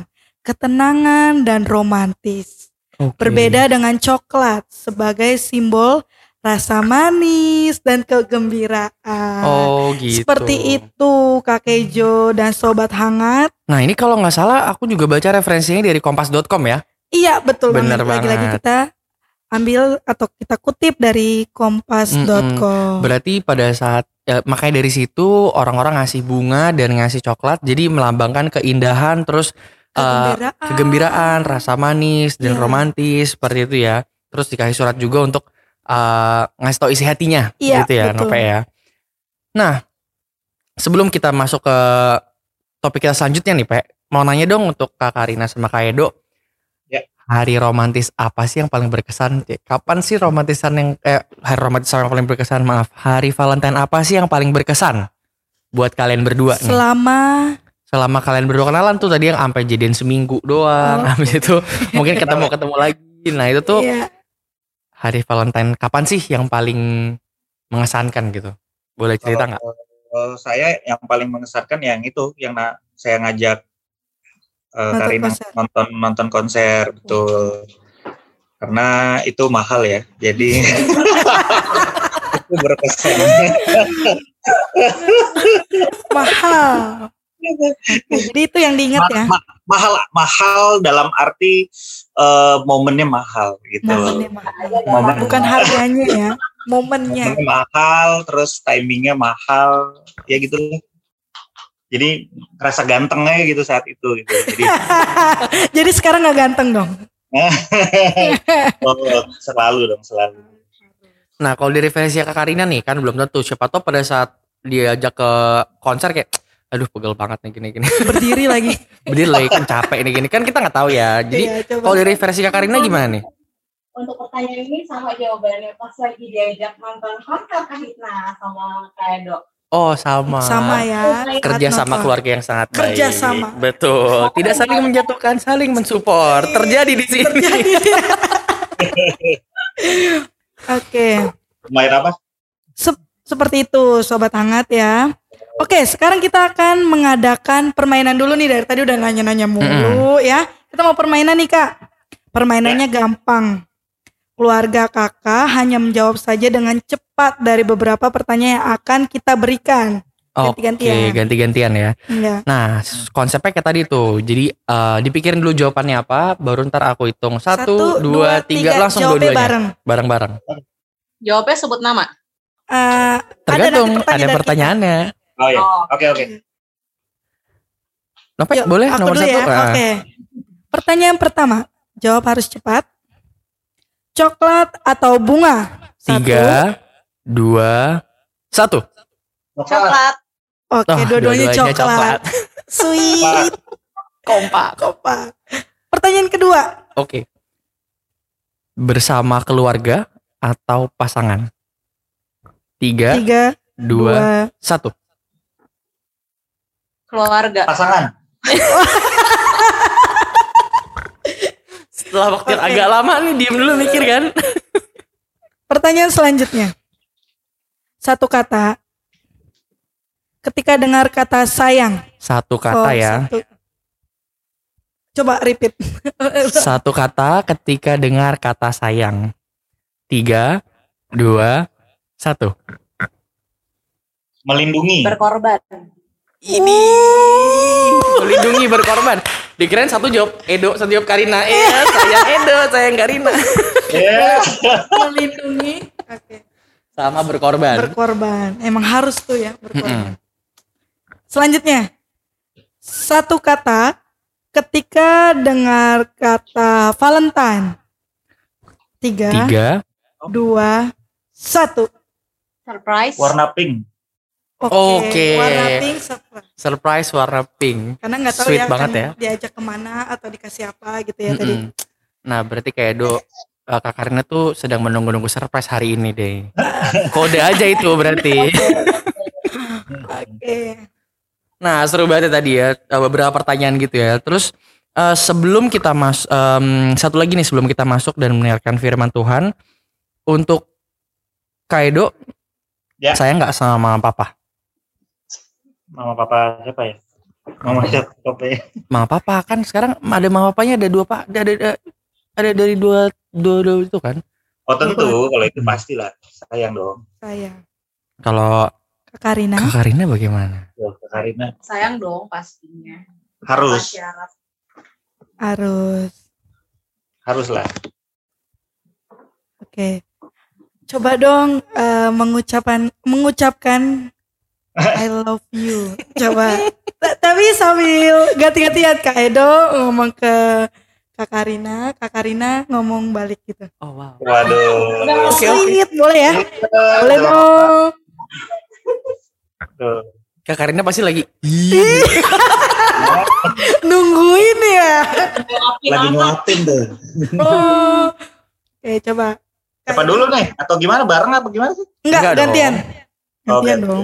ketenangan, dan romantis. Okay. Berbeda dengan coklat sebagai simbol rasa manis, dan kegembiraan. Oh gitu. Seperti itu Kak Kejo dan Sobat Hangat. Nah ini kalau nggak salah aku juga baca referensinya dari kompas.com ya. Iya betul Bener banget. Lagi-lagi banget. kita ambil atau kita kutip dari kompas.com. Berarti pada saat makanya dari situ orang-orang ngasih bunga dan ngasih coklat, jadi melambangkan keindahan, terus kegembiraan, rasa manis dan Iya. romantis seperti itu ya. Terus dikasih surat juga untuk ngasih tahu isi hatinya, Iya, gitu ya, betul. Nope ya. Nah, sebelum kita masuk ke topik kita selanjutnya nih, Pe, mau nanya dong untuk Kak Karina sama Kak Edo. Ya. Hari romantis apa sih yang paling berkesan? Kapan sih hari romantis yang paling berkesan? Maaf, hari Valentine apa sih yang paling berkesan buat kalian berdua nih? Selama kalian berdua kenalan tuh tadi yang sampai jadian seminggu doang, habis itu mungkin ketemu lagi. Nah itu tuh Iya. hari Valentine kapan sih yang paling mengesankan gitu? Boleh cerita nggak? Saya yang paling mengesankan yang itu, yang saya ngajak Karina nonton konser, betul. Karena itu mahal ya, jadi itu berkesan. Mahal. Oke, jadi itu yang diingat ya. Mahal dalam arti momennya mahal gitu. Momennya mahal. Bukan harganya ya, momennya. Momennya mahal, terus timingnya mahal, ya gitu. Jadi rasa ganteng aja gitu saat itu gitu. Jadi sekarang nggak ganteng dong? Selalu. Nah kalau dari versi Kak Karina nih kan belum tentu. Siapa tahu pada saat diajak ke konser kayak, aduh pegel banget nih gini. Berdiri lagi. Berdiri lagi kan capek nih gini. Kan kita nggak tahu ya. Jadi kalau dari versi Kak Karina gimana nih? Untuk pertanyaan ini sama jawabannya pas lagi diajak nonton konser Kahitna sama Kak Edo. Oh sama. Sama ya. Kerja sama keluarga yang sangat baik. Kerja sama. Betul. Tidak saling menjatuhkan, saling mensupport. Terjadi di sini. Oke. Main apa? Seperti itu Sobat Hangat ya. Oke, sekarang kita akan mengadakan permainan dulu nih. Dari tadi udah nanya-nanya mulu ya. Kita mau permainan nih Kak. Permainannya gampang. Keluarga kakak hanya menjawab saja dengan cepat dari beberapa pertanyaan yang akan kita berikan. Ganti-gantian. Oke, ganti-gantian ya. Iya. Nah, konsepnya kayak tadi tuh. Jadi dipikirin dulu jawabannya apa, baru ntar aku hitung 1, 2, 3, langsung jawabnya dua-duanya. Bareng-bareng. Jawabnya sebut nama. Tergantung, ada pertanyaannya. Oh ya, oke. Nope, boleh aku nomor dulu 1. ya. Oke. Pertanyaan pertama, jawab harus cepat. Coklat atau bunga? 3, 2, 1. Coklat. Oke, dua-duanya coklat. Sweet. Kompak. Pertanyaan kedua. Oke. Bersama keluarga atau pasangan? 3, 2, 1. Keluarga. Pasangan. Setelah waktu yang agak lama nih diem dulu mikir kan. Pertanyaan selanjutnya. Satu kata. Ketika dengar kata sayang. Satu kata ya. Coba repeat. Satu kata ketika dengar kata sayang. 3, 2, 1. Melindungi. Berkorban. Ini melindungi, berkorban. Dikirain satu jawab Edo, satu jawab Karina. Sayang Edo, sayang Karina. Melindungi. Oke. Sama berkorban. Berkorban. Emang harus tuh ya berkorban. Selanjutnya. Satu kata ketika dengar kata Valentine. 3, 2, 1. Surprise. Warna pink. Oke. Warna pink Surprise warna pink. Karena nggak tahu Sweet ya banget kan ya. diajak kemana atau dikasih apa gitu ya tadi. Nah berarti kayak Edo, Kak Karina tuh sedang menunggu-nunggu surprise hari ini deh. Kode aja itu berarti. Oke. Nah seru banget tadi ya, beberapa pertanyaan gitu ya. Terus sebelum kita satu lagi nih sebelum kita masuk dan mendengarkan firman Tuhan, untuk Kak Edo, saya nggak sama mama papa. Mama papa siapa ya? Mama siapa ya? Mama papa kan sekarang ada mama papanya ada dua pak, ada dari dua itu kan. Oh tentu, kalau itu pastilah sayang dong. Sayang. Kalau Kak Karina? Kak Karina bagaimana? Kak Karina Sayang dong pastinya. harus Syarat. haruslah. Oke. Coba dong mengucapkan I love you. Coba. Tapi sambil ganti-gantian Kak Edo ngomong ke Kak Karina ngomong balik gitu. Oh wow. Waduh. Sweet, boleh ya? Boleh dong. Tuh. Kak Karina pasti lagi Nungguin ya. Lagi nyuapin tuh. Oh. Oke, coba. Siapa dulu nih? Atau gimana? Bareng apa gimana sih? Enggak, Enggak gantian. Oh, Gantian dong.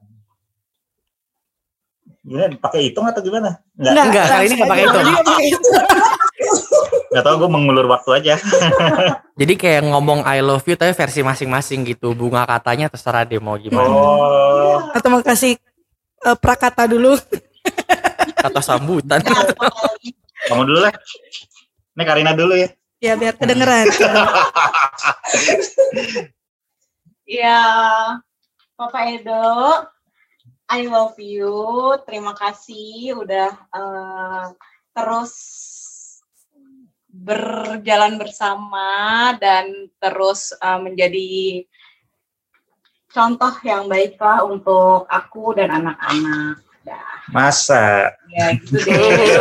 Gimana? Pakai hitung atau gimana? Enggak, kali ini nggak pakai hitung. Nggak tahu, gue mengulur waktu aja. Jadi kayak ngomong I love you tapi versi masing-masing gitu. Bunga katanya terserah deh mau gimana. Oh. Atau mau kasih prakata dulu. Kata sambutan. Kamu dulu lah. Ini Karina dulu ya. Ya biar kedengeran. Ya, Papa Edo, I love you. Terima kasih udah terus berjalan bersama dan terus menjadi contoh yang baiklah untuk aku dan anak-anak. Masa? Ya gitu deh.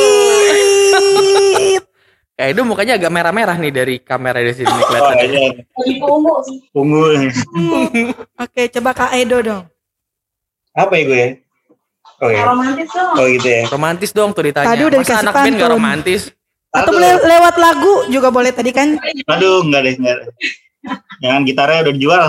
Sweet. Itu mukanya agak merah-merah nih dari kamera di sini Oh, kelihatan. iya. Lagi ungu sih. Ungu. Oke, coba Kak Edo dong. Apa ya gue? Oh ya. Romantis dong. Oh gitu ya. Romantis dong tuh ditanya. Tadi udah Masa dikasih anak band nggak pantun. romantis? Atau Aduh. boleh lewat lagu juga boleh tadi kan. Aduh, enggak deh. Jangan, gitarnya udah dijual.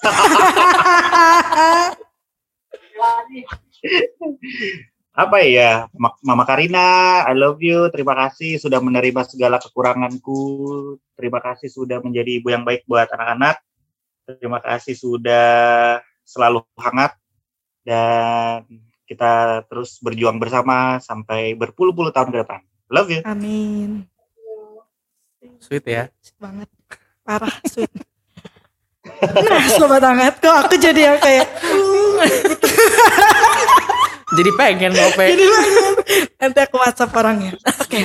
Apa ya? Mama Karina, I love you. Terima kasih sudah menerima segala kekuranganku. Terima kasih sudah menjadi ibu yang baik buat anak-anak. Terima kasih sudah selalu hangat. Dan kita terus berjuang bersama sampai berpuluh-puluh tahun ke depan. Love you. Amin. Sweet ya. Sweet banget. Parah sweet. Nah, sobat hangat kok aku jadi yang kayak Jadi pengen ngope. jadi banget. Nanti aku WhatsApp orangnya. Oke.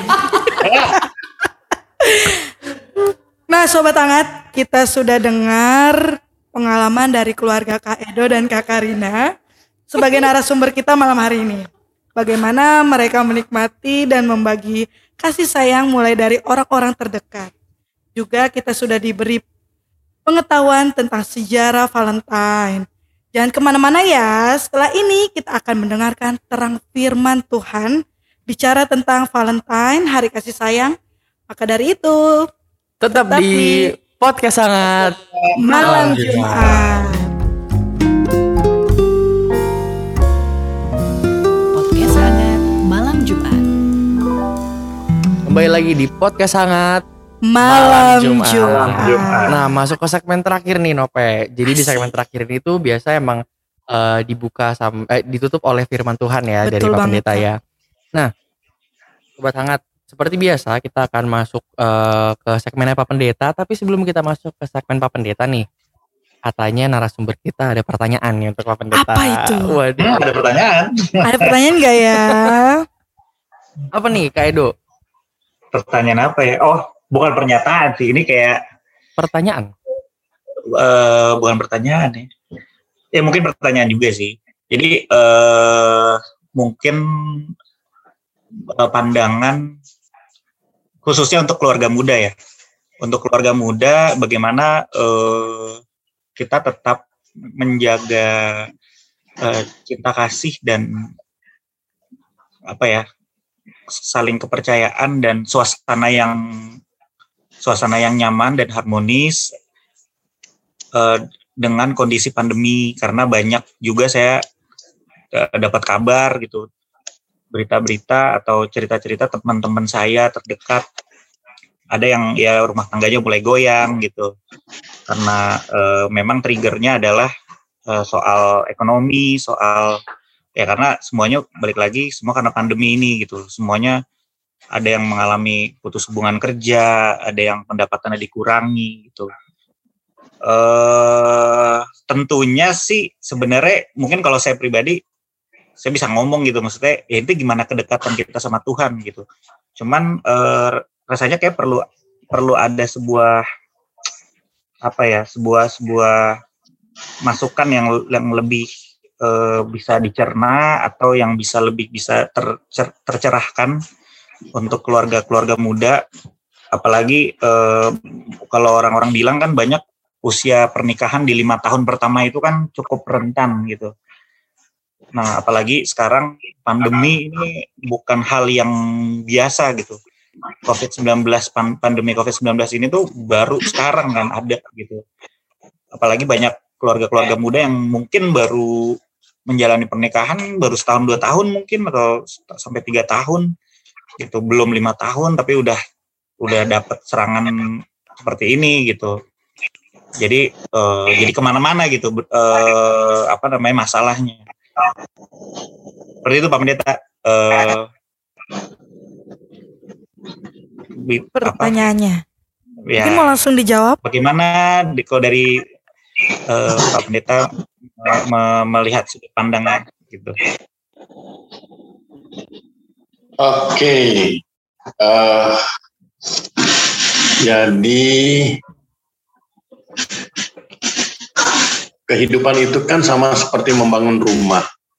Nah, sobat hangat, kita sudah dengar pengalaman dari keluarga Kak Edo dan Kak Karina sebagai narasumber kita malam hari ini. Bagaimana mereka menikmati dan membagi kasih sayang mulai dari orang-orang terdekat. Juga kita sudah diberi pengetahuan tentang sejarah Valentine. Jangan kemana-mana ya, setelah ini kita akan mendengarkan terang firman Tuhan bicara tentang Valentine, hari kasih sayang. Maka dari itu, Tetap di podcast sangat. malam Jumat. Podcast hangat malam Jumat. Kembali lagi di podcast sangat. Malam Jumat. Jumat. Nah, masuk ke segmen terakhir nih Nope. Jadi di segmen terakhir ini tuh biasa emang ditutup oleh firman Tuhan ya dari Betul Pak banget, Pendeta Kak. ya. Nah, Sobat Hangat, seperti biasa kita akan masuk ke segmennya Pak Pendeta. Tapi sebelum kita masuk ke segmen Pak Pendeta nih, katanya narasumber kita ada pertanyaan nih untuk Pak Pendeta. Apa itu? Waduh, Ada pertanyaan. Ada pertanyaan gak ya? apa nih Kak Edo? Pertanyaan apa ya? Oh, bukan pernyataan sih. Ini kayak Pertanyaan. bukan pertanyaan ya. Ya mungkin pertanyaan juga sih. Jadi mungkin pandangan khususnya untuk keluarga muda ya. Untuk keluarga muda bagaimana kita tetap menjaga cinta kasih dan apa ya, saling kepercayaan dan suasana yang nyaman dan harmonis dengan kondisi pandemi, karena banyak juga saya dapat kabar gitu, berita-berita atau cerita-cerita teman-teman saya terdekat ada yang ya rumah tangganya mulai goyang gitu karena memang triggernya adalah soal ekonomi, soal ya karena semuanya balik lagi semua karena pandemi ini gitu, semuanya ada yang mengalami putus hubungan kerja, ada yang pendapatannya dikurangi gitu. Tentunya sih sebenarnya mungkin kalau saya pribadi saya bisa ngomong gitu, maksudnya ya itu gimana kedekatan kita sama Tuhan gitu. Cuman rasanya kayak perlu ada sebuah sebuah masukan yang lebih bisa dicerna atau yang lebih bisa tercerahkan untuk keluarga muda. Apalagi kalau orang-orang bilang kan banyak usia pernikahan di 5 tahun pertama itu kan cukup rentan gitu. Nah, apalagi sekarang pandemi ini bukan hal yang biasa gitu. Pandemi COVID-19 ini tuh baru sekarang kan ada gitu. Apalagi banyak keluarga-keluarga muda yang mungkin baru menjalani pernikahan baru 1-2 tahun mungkin, atau sampai 3 tahun gitu, belum 5 tahun tapi udah dapat serangan seperti ini gitu. Jadi kemana-mana gitu masalahnya. Seperti itu Pak Pendeta. Pertanyaannya. Ya, Mungkin mau langsung dijawab. Bagaimana kalau dari Pak Pendeta melihat sudut pandangnya gitu? Oke. Jadi kehidupan itu kan sama seperti membangun rumah.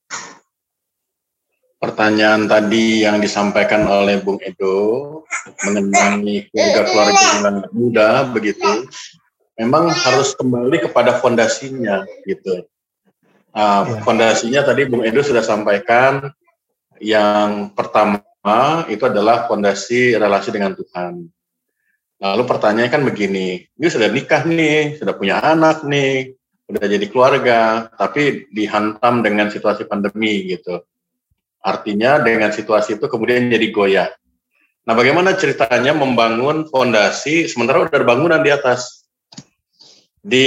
Pertanyaan tadi yang disampaikan oleh Bung Edo mengenai keluarga yang muda begitu, memang harus kembali kepada fondasinya gitu. Fondasinya tadi Bung Edo sudah sampaikan. Yang pertama itu adalah fondasi relasi dengan Tuhan. Lalu pertanyaannya kan begini, ini sudah nikah nih, sudah punya anak nih, udah jadi keluarga, tapi dihantam dengan situasi pandemi gitu. Artinya dengan situasi itu kemudian jadi goyah. Nah, bagaimana ceritanya membangun fondasi sementara udah ada bangunan di atas? Di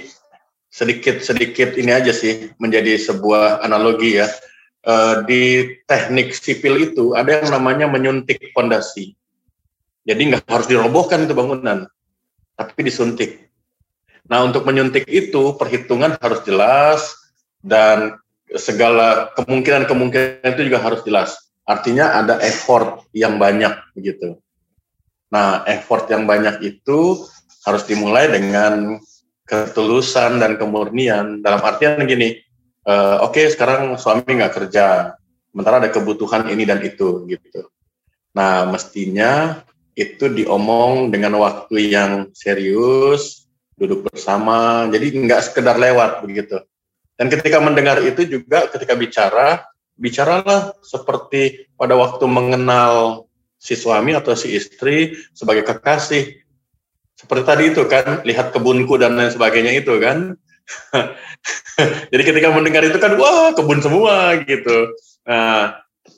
sedikit ini aja sih menjadi sebuah analogi ya. Di teknik sipil itu ada yang namanya menyuntik fondasi. Jadi nggak harus dirobohkan itu bangunan, tapi disuntik. Nah, untuk menyuntik itu perhitungan harus jelas dan segala kemungkinan itu juga harus jelas. Artinya ada effort yang banyak begitu. Nah, effort yang banyak itu harus dimulai dengan ketulusan dan kemurnian. Dalam artian gini, oke, sekarang suami nggak kerja, sementara ada kebutuhan ini dan itu gitu. Nah, mestinya itu diomong dengan waktu yang serius, duduk bersama, jadi nggak sekedar lewat begitu. Dan ketika mendengar itu juga ketika bicaralah seperti pada waktu mengenal si suami atau si istri sebagai kekasih. Seperti tadi itu kan, lihat kebunku dan lain sebagainya itu kan. Jadi ketika mendengar itu kan, wah kebun semua gitu. Nah,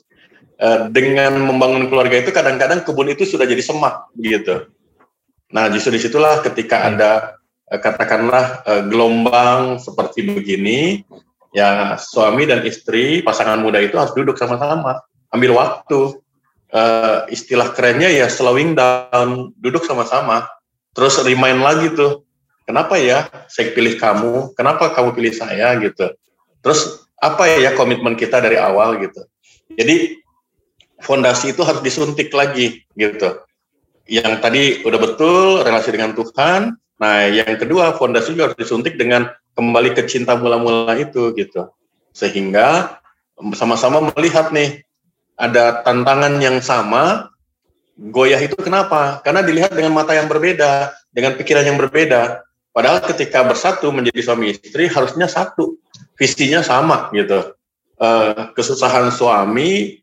dengan membangun keluarga itu kadang-kadang kebun itu sudah jadi semak gitu. Nah, justru disitulah ketika ada katakanlah gelombang seperti begini, ya suami dan istri, pasangan muda itu harus duduk sama-sama, ambil waktu. Istilah kerennya ya slowing down, duduk sama-sama, terus remind lagi tuh, kenapa ya saya pilih kamu, kenapa kamu pilih saya gitu. Terus apa ya komitmen kita dari awal gitu. Jadi fondasi itu harus disuntik lagi gitu. Yang tadi udah betul relasi dengan Tuhan. Nah, yang kedua fondasi juga harus disuntik dengan kembali ke cinta mula-mula itu gitu. Sehingga sama-sama melihat nih ada tantangan yang sama. Goyah itu kenapa? Karena dilihat dengan mata yang berbeda, dengan pikiran yang berbeda. Padahal ketika bersatu menjadi suami istri harusnya satu, visinya sama gitu. Kesusahan suami,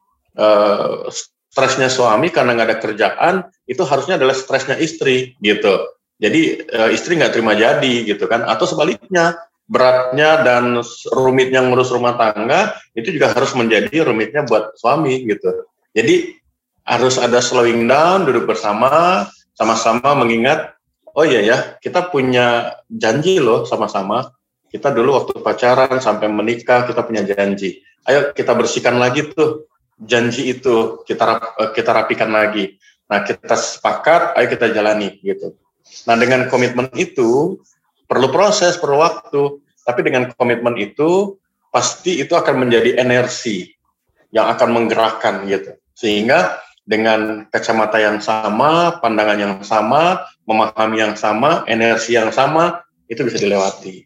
stresnya suami karena nggak ada kerjaan, itu harusnya adalah stresnya istri gitu. Jadi istri nggak terima jadi gitu kan, atau sebaliknya beratnya dan rumitnya ngurus rumah tangga itu juga harus menjadi rumitnya buat suami gitu. Jadi harus ada slowing down, duduk bersama, sama-sama mengingat, oh iya ya, kita punya janji loh sama-sama. Kita dulu waktu pacaran sampai menikah kita punya janji. Ayo kita bersihkan lagi tuh janji itu, kita rapikan lagi. Nah, kita sepakat, ayo kita jalani gitu. Nah, dengan komitmen itu perlu proses, perlu waktu. Tapi dengan komitmen itu, pasti itu akan menjadi energi yang akan menggerakkan gitu. Sehingga dengan kacamata yang sama, pandangan yang sama, memahami yang sama, energi yang sama, itu bisa dilewati.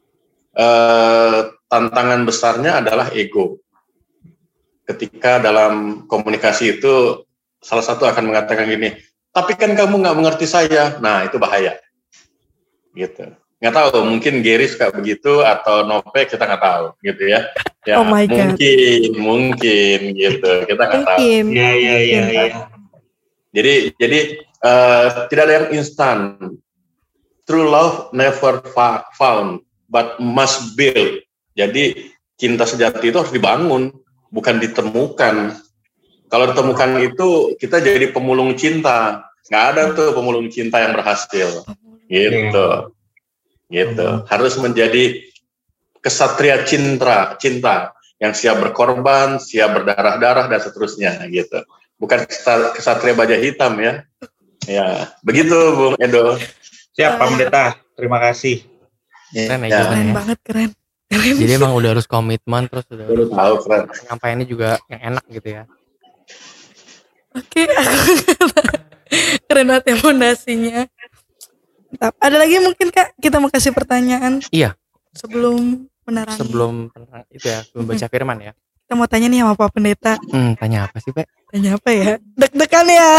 Tantangan besarnya adalah ego. Ketika dalam komunikasi itu, salah satu akan mengatakan gini, tapi kan kamu nggak mengerti saya. Nah, itu bahaya. Gitu. Nggak tahu, mungkin Gary suka begitu atau Nope, kita nggak tahu gitu ya. Ya, Oh my God. mungkin gitu, kita nggak tahu. Iya. Jadi tidak ada yang instan. True love never found, but must build. Jadi cinta sejati itu harus dibangun, bukan ditemukan. Kalau ditemukan itu kita jadi pemulung cinta. Nggak ada tuh pemulung cinta yang berhasil. Gitu. Harus menjadi kesatria cinta yang siap berkorban, siap berdarah-darah dan seterusnya gitu. Bukan kesatria baja hitam ya. Ya, begitu Bung Edo. Siap Pak Pendeta, terima kasih. Keren Ya. Keren banget, keren. Jadi emang udah harus komitmen, terus udah Baru tahu keren. nyampainya juga yang enak gitu ya. Oke, keren banget ya fondasinya. Mantap. Ada lagi mungkin Kak, kita mau kasih pertanyaan. Iya. Sebelum menerangi. Sebelum baca firman ya. Kita mau tanya nih sama Pak Pendeta. Tanya apa sih, Pak? Tanya apa ya? Deg-degan ya.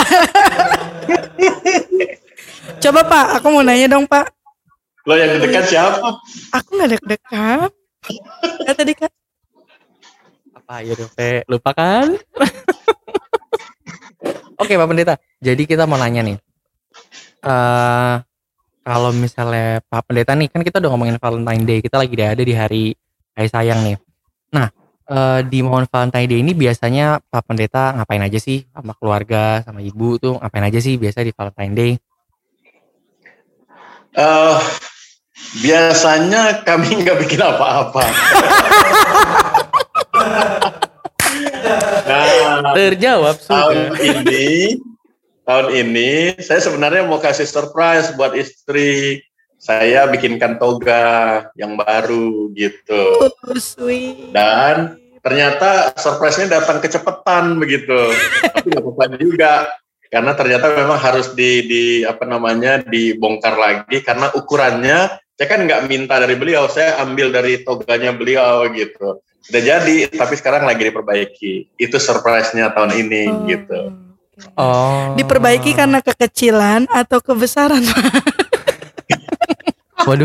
Coba Pak, aku mau nanya dong Pak. Lo yang dekat siapa? Aku gak deg-degan. Kata tadi Kak. Apa ya dong, Pak? Lupa kan? Oke, Pak Pendeta. Jadi kita mau nanya nih. Kalau misalnya Pak Pendeta nih, kan kita udah ngomongin Valentine Day, kita lagi ada di hari sayang nih. Nah, di momen Valentine Day ini biasanya Pak Pendeta ngapain aja sih sama keluarga, sama ibu tuh ngapain aja sih biasa di Valentine Day? Biasanya kami nggak bikin apa-apa. Nah, Terjawab sudah. Tahun ini saya sebenarnya mau kasih surprise buat istri. Saya bikinkan toga yang baru gitu. Oh, sweet. Dan ternyata surprise-nya datang kecepatan begitu. Tapi nggak apa-apa juga. Karena ternyata memang harus dibongkar lagi karena ukurannya saya kan nggak minta dari beliau, saya ambil dari toganya beliau gitu. Udah jadi, tapi sekarang lagi diperbaiki. Itu surprise-nya tahun ini gitu. Oh. Diperbaiki karena kekecilan atau kebesaran? Waduh.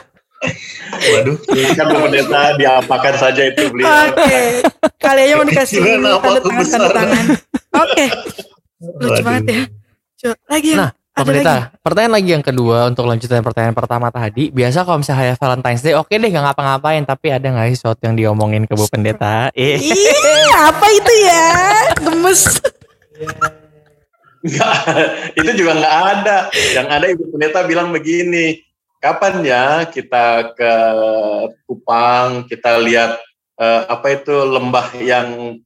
Kan Bu Pendeta diapakan saja itu beliau. Oke. Kali aja mau dikasih tanda tangan. Oke. Lucu banget ya. Lagi Nah, Pak Pendeta, pertanyaan lagi yang kedua untuk lanjutan pertanyaan pertama tadi. Biasa kalau misalnya Valentine's Day, oke deh gak ngapa-ngapain, tapi ada gak sih sesuatu yang diomongin ke Bu Pendeta? Apa itu ya? Gemes. Enggak, itu juga nggak ada. Yang ada Ibu Pendeta bilang begini, kapan ya kita ke Kupang, kita lihat lembah yang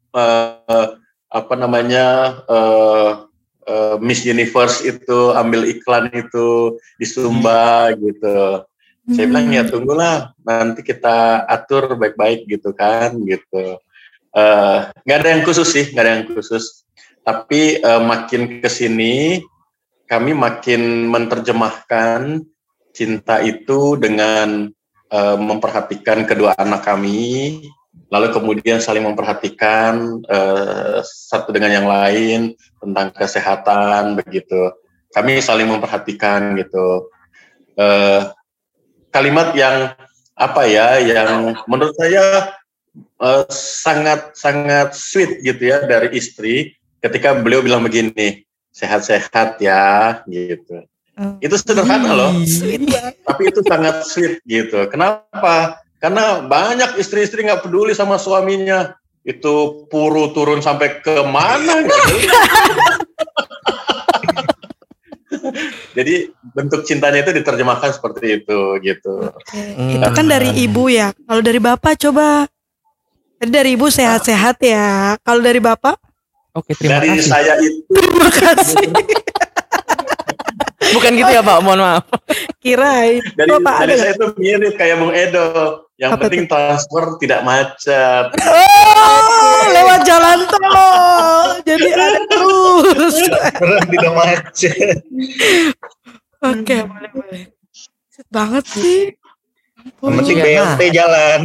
Miss Universe itu ambil iklan itu di Sumba gitu. Saya bilang ya tunggulah, nanti kita atur baik-baik gitu kan gitu. Nggak ada yang khusus sih, nggak ada yang khusus. Tapi makin kesini kami makin menerjemahkan cinta itu dengan memperhatikan kedua anak kami, lalu kemudian saling memperhatikan satu dengan yang lain tentang kesehatan begitu. Kami saling memperhatikan gitu. Kalimat yang yang menurut saya sangat sweet gitu ya dari istri. Ketika beliau bilang begini, sehat-sehat ya, gitu. Itu sederhana loh, tapi itu sangat sweet gitu. Kenapa? Karena banyak istri-istri nggak peduli sama suaminya. Itu puru turun sampai ke mana? Jadi bentuk cintanya itu diterjemahkan seperti itu, gitu. Itu kan dari ibu ya. Kalau dari bapak coba. Tadi dari ibu sehat-sehat ya. Kalau dari bapak? Oke, terima dari kasih. saya itu Terima kasih. Bukan gitu ya Pak, mohon maaf. Kirain. Dari Pak, ada saya tuh mirip kayak Bung Edo. Yang Apa penting transfer tidak macet. Oh, lewat jalan tol. Jadi ada terus. Beneran tidak macet. Oke, boleh. Macet banget sih. Yang penting Iya, BLT jalan.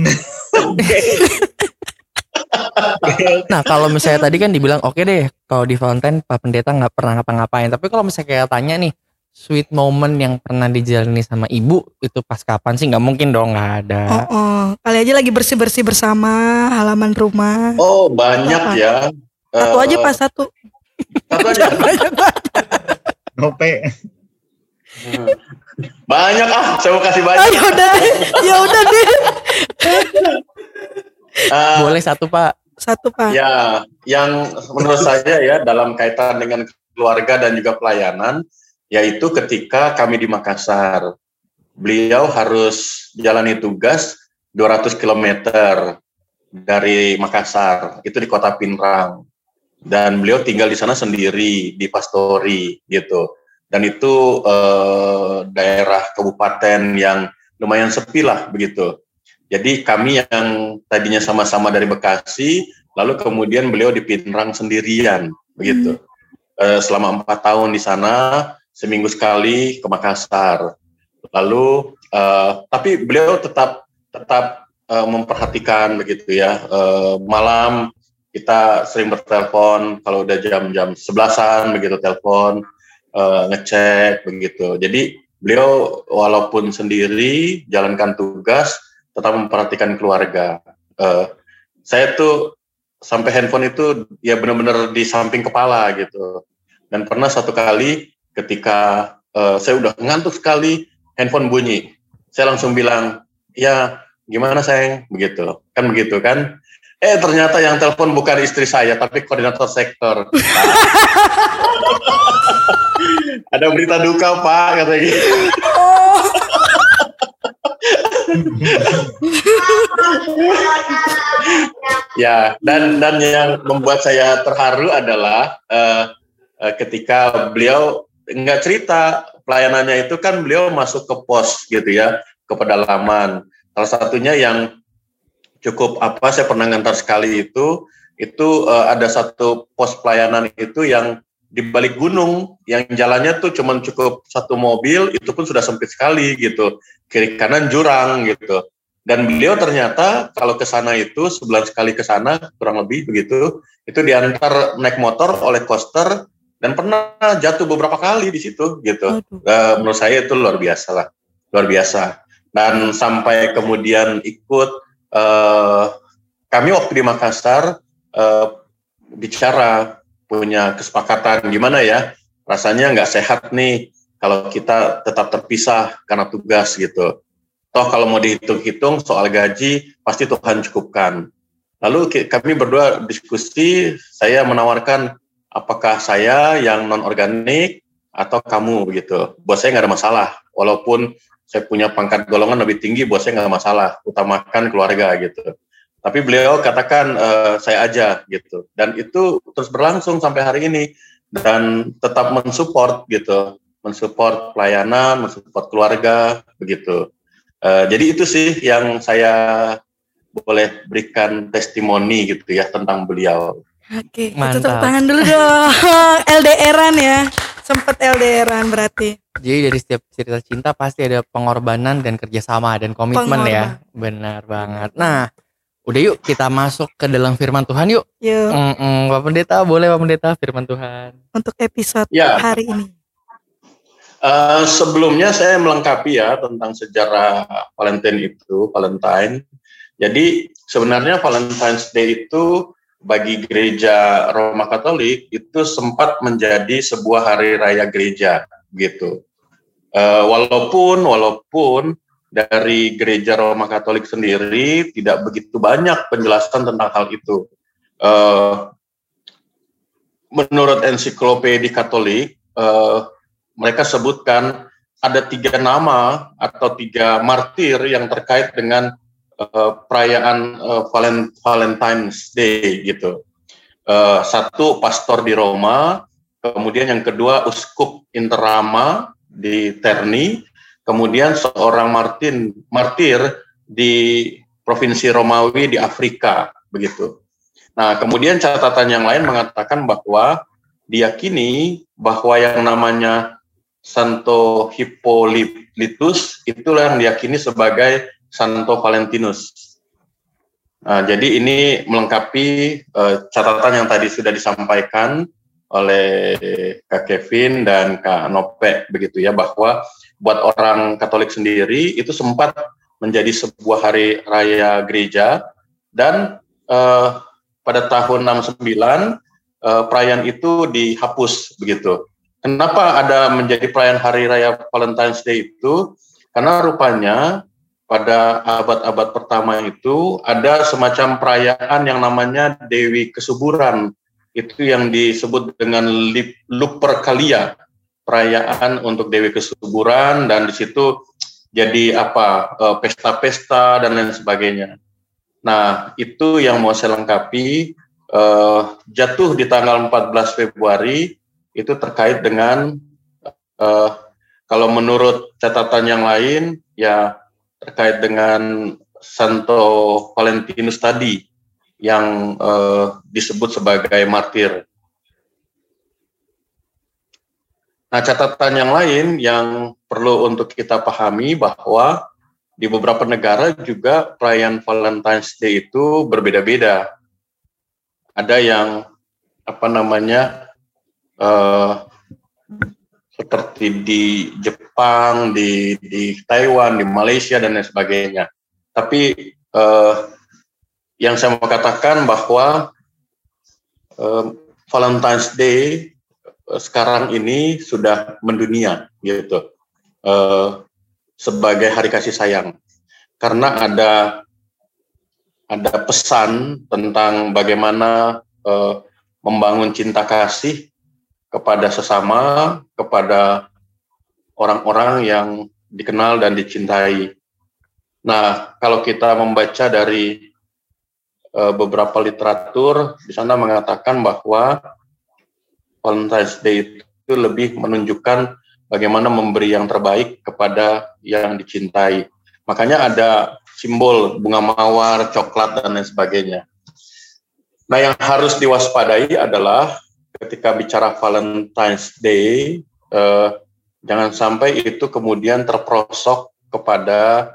Nah kalau misalnya tadi kan dibilang oke deh, kalau di Valentine Pak Pendeta nggak pernah ngapa-ngapain. Tapi kalau misalnya kayak tanya nih, sweet moment yang pernah dijalani sama ibu itu pas kapan sih? Nggak mungkin dong, nggak ada. Kali aja lagi bersih-bersih bersama halaman rumah. Oh banyak Apa? ya. Satu aja Pak, satu. Satu aja. Nope. Banyak saya mau kasih banyak. Ya udah deh. Boleh satu Pak. Satu Pak. Ya, yang menurut saya ya dalam kaitan dengan keluarga dan juga pelayanan, yaitu ketika kami di Makassar. Beliau harus jalani tugas 200 km dari Makassar, itu di Kota Pinrang. Dan beliau tinggal di sana sendiri, di Pastori gitu. Dan itu daerah kabupaten yang lumayan sepi lah begitu. Jadi kami yang tadinya sama-sama dari Bekasi, lalu kemudian beliau di Pinrang sendirian begitu. Selama 4 tahun di sana, seminggu sekali ke Makassar. Lalu tapi beliau tetap memperhatikan begitu ya. Malam kita sering bertelepon kalau udah jam-jam 11-an begitu, telepon ngecek begitu. Jadi beliau walaupun sendiri jalankan tugas tetap memperhatikan keluarga. Saya tuh sampai handphone itu ya benar-benar di samping kepala gitu. Dan pernah satu kali ketika saya udah ngantuk sekali, handphone bunyi. Saya langsung bilang, ya gimana sayang? Begitu kan. Ternyata yang telepon bukan istri saya, tapi koordinator sektor. Ada berita duka Pak, katanya gitu. Ya, dan yang membuat saya terharu adalah ketika beliau nggak cerita pelayanannya itu kan beliau masuk ke pos gitu ya, ke pedalaman. Salah satunya yang cukup saya pernah ngantar sekali itu ada satu pos pelayanan itu yang di balik gunung, yang jalannya tuh cuman cukup satu mobil, itu pun sudah sempit sekali gitu, kiri kanan jurang gitu. Dan beliau ternyata kalau ke sana itu sebulan sekali ke sana kurang lebih begitu, itu diantar naik motor oleh coaster dan pernah jatuh beberapa kali di situ gitu. Menurut saya itu luar biasa. Dan sampai kemudian ikut kami waktu di Makassar bicara, punya kesepakatan gimana ya, rasanya nggak sehat nih kalau kita tetap terpisah karena tugas gitu. Toh kalau mau dihitung-hitung soal gaji pasti Tuhan cukupkan. Lalu kami berdua diskusi, saya menawarkan apakah saya yang non-organik atau kamu begitu. Buat saya nggak ada masalah, walaupun saya punya pangkat golongan lebih tinggi, buat saya nggak masalah, utamakan keluarga gitu. Tapi beliau katakan saya aja gitu, dan itu terus berlangsung sampai hari ini dan tetap mensupport gitu, mensupport pelayanan, mensupport keluarga begitu. Jadi itu sih yang saya boleh berikan testimoni gitu ya tentang beliau. Oke, kita tepuk tangan dulu dong. LDR-an ya, sempet LDR-an berarti. Jadi dari setiap cerita cinta pasti ada pengorbanan dan kerjasama dan komitmen ya, benar banget. Nah. Udah yuk kita masuk ke dalam firman Tuhan yuk. Yuk. Pak Pendeta, boleh Pak Pendeta firman Tuhan. Untuk episode hari ini. Sebelumnya saya melengkapi ya tentang sejarah Valentine. Jadi sebenarnya Valentine's Day itu bagi gereja Roma Katolik itu sempat menjadi sebuah hari raya gereja gitu. Walaupun dari gereja Roma Katolik sendiri tidak begitu banyak penjelasan tentang hal itu. Menurut ensiklopedia Katolik, mereka sebutkan ada 3 nama atau 3 martir yang terkait dengan perayaan Valentine's Day gitu. Satu pastor di Roma, kemudian yang kedua uskup Interrama, di Terni, kemudian seorang martir di Provinsi Romawi di Afrika, begitu. Nah, kemudian catatan yang lain mengatakan bahwa diyakini bahwa yang namanya Santo Hippolytus itulah yang diyakini sebagai Santo Valentinus. Nah, jadi ini melengkapi catatan yang tadi sudah disampaikan oleh Kak Kevin dan Kak Nope, begitu ya, bahwa buat orang Katolik sendiri itu sempat menjadi sebuah hari raya gereja, dan pada tahun 69 perayaan itu dihapus, begitu. Kenapa ada menjadi perayaan hari raya Valentine's Day itu? Karena rupanya pada abad-abad pertama itu ada semacam perayaan yang namanya Dewi Kesuburan. Itu yang disebut dengan Lupercalia, perayaan untuk Dewi Kesuburan, dan di situ jadi pesta-pesta dan lain sebagainya. Nah, itu yang mau saya lengkapi, jatuh di tanggal 14 Februari, itu terkait dengan, kalau menurut catatan yang lain, ya terkait dengan Santo Valentinus tadi, yang disebut sebagai martir. Nah, catatan yang lain yang perlu untuk kita pahami bahwa di beberapa negara juga perayaan Valentine's Day itu berbeda-beda. Ada yang seperti di Jepang, di Taiwan, di Malaysia dan lain sebagainya. Tapi yang saya mau katakan bahwa Valentine's Day sekarang ini sudah mendunia, gitu, sebagai hari kasih sayang, karena ada pesan tentang bagaimana membangun cinta kasih kepada sesama, kepada orang-orang yang dikenal dan dicintai. Nah, kalau kita membaca dari beberapa literatur, di sana mengatakan bahwa Valentine's Day itu lebih menunjukkan bagaimana memberi yang terbaik kepada yang dicintai. Makanya ada simbol bunga mawar, coklat, dan lain sebagainya. Nah, yang harus diwaspadai adalah ketika bicara Valentine's Day, jangan sampai itu kemudian terperosok kepada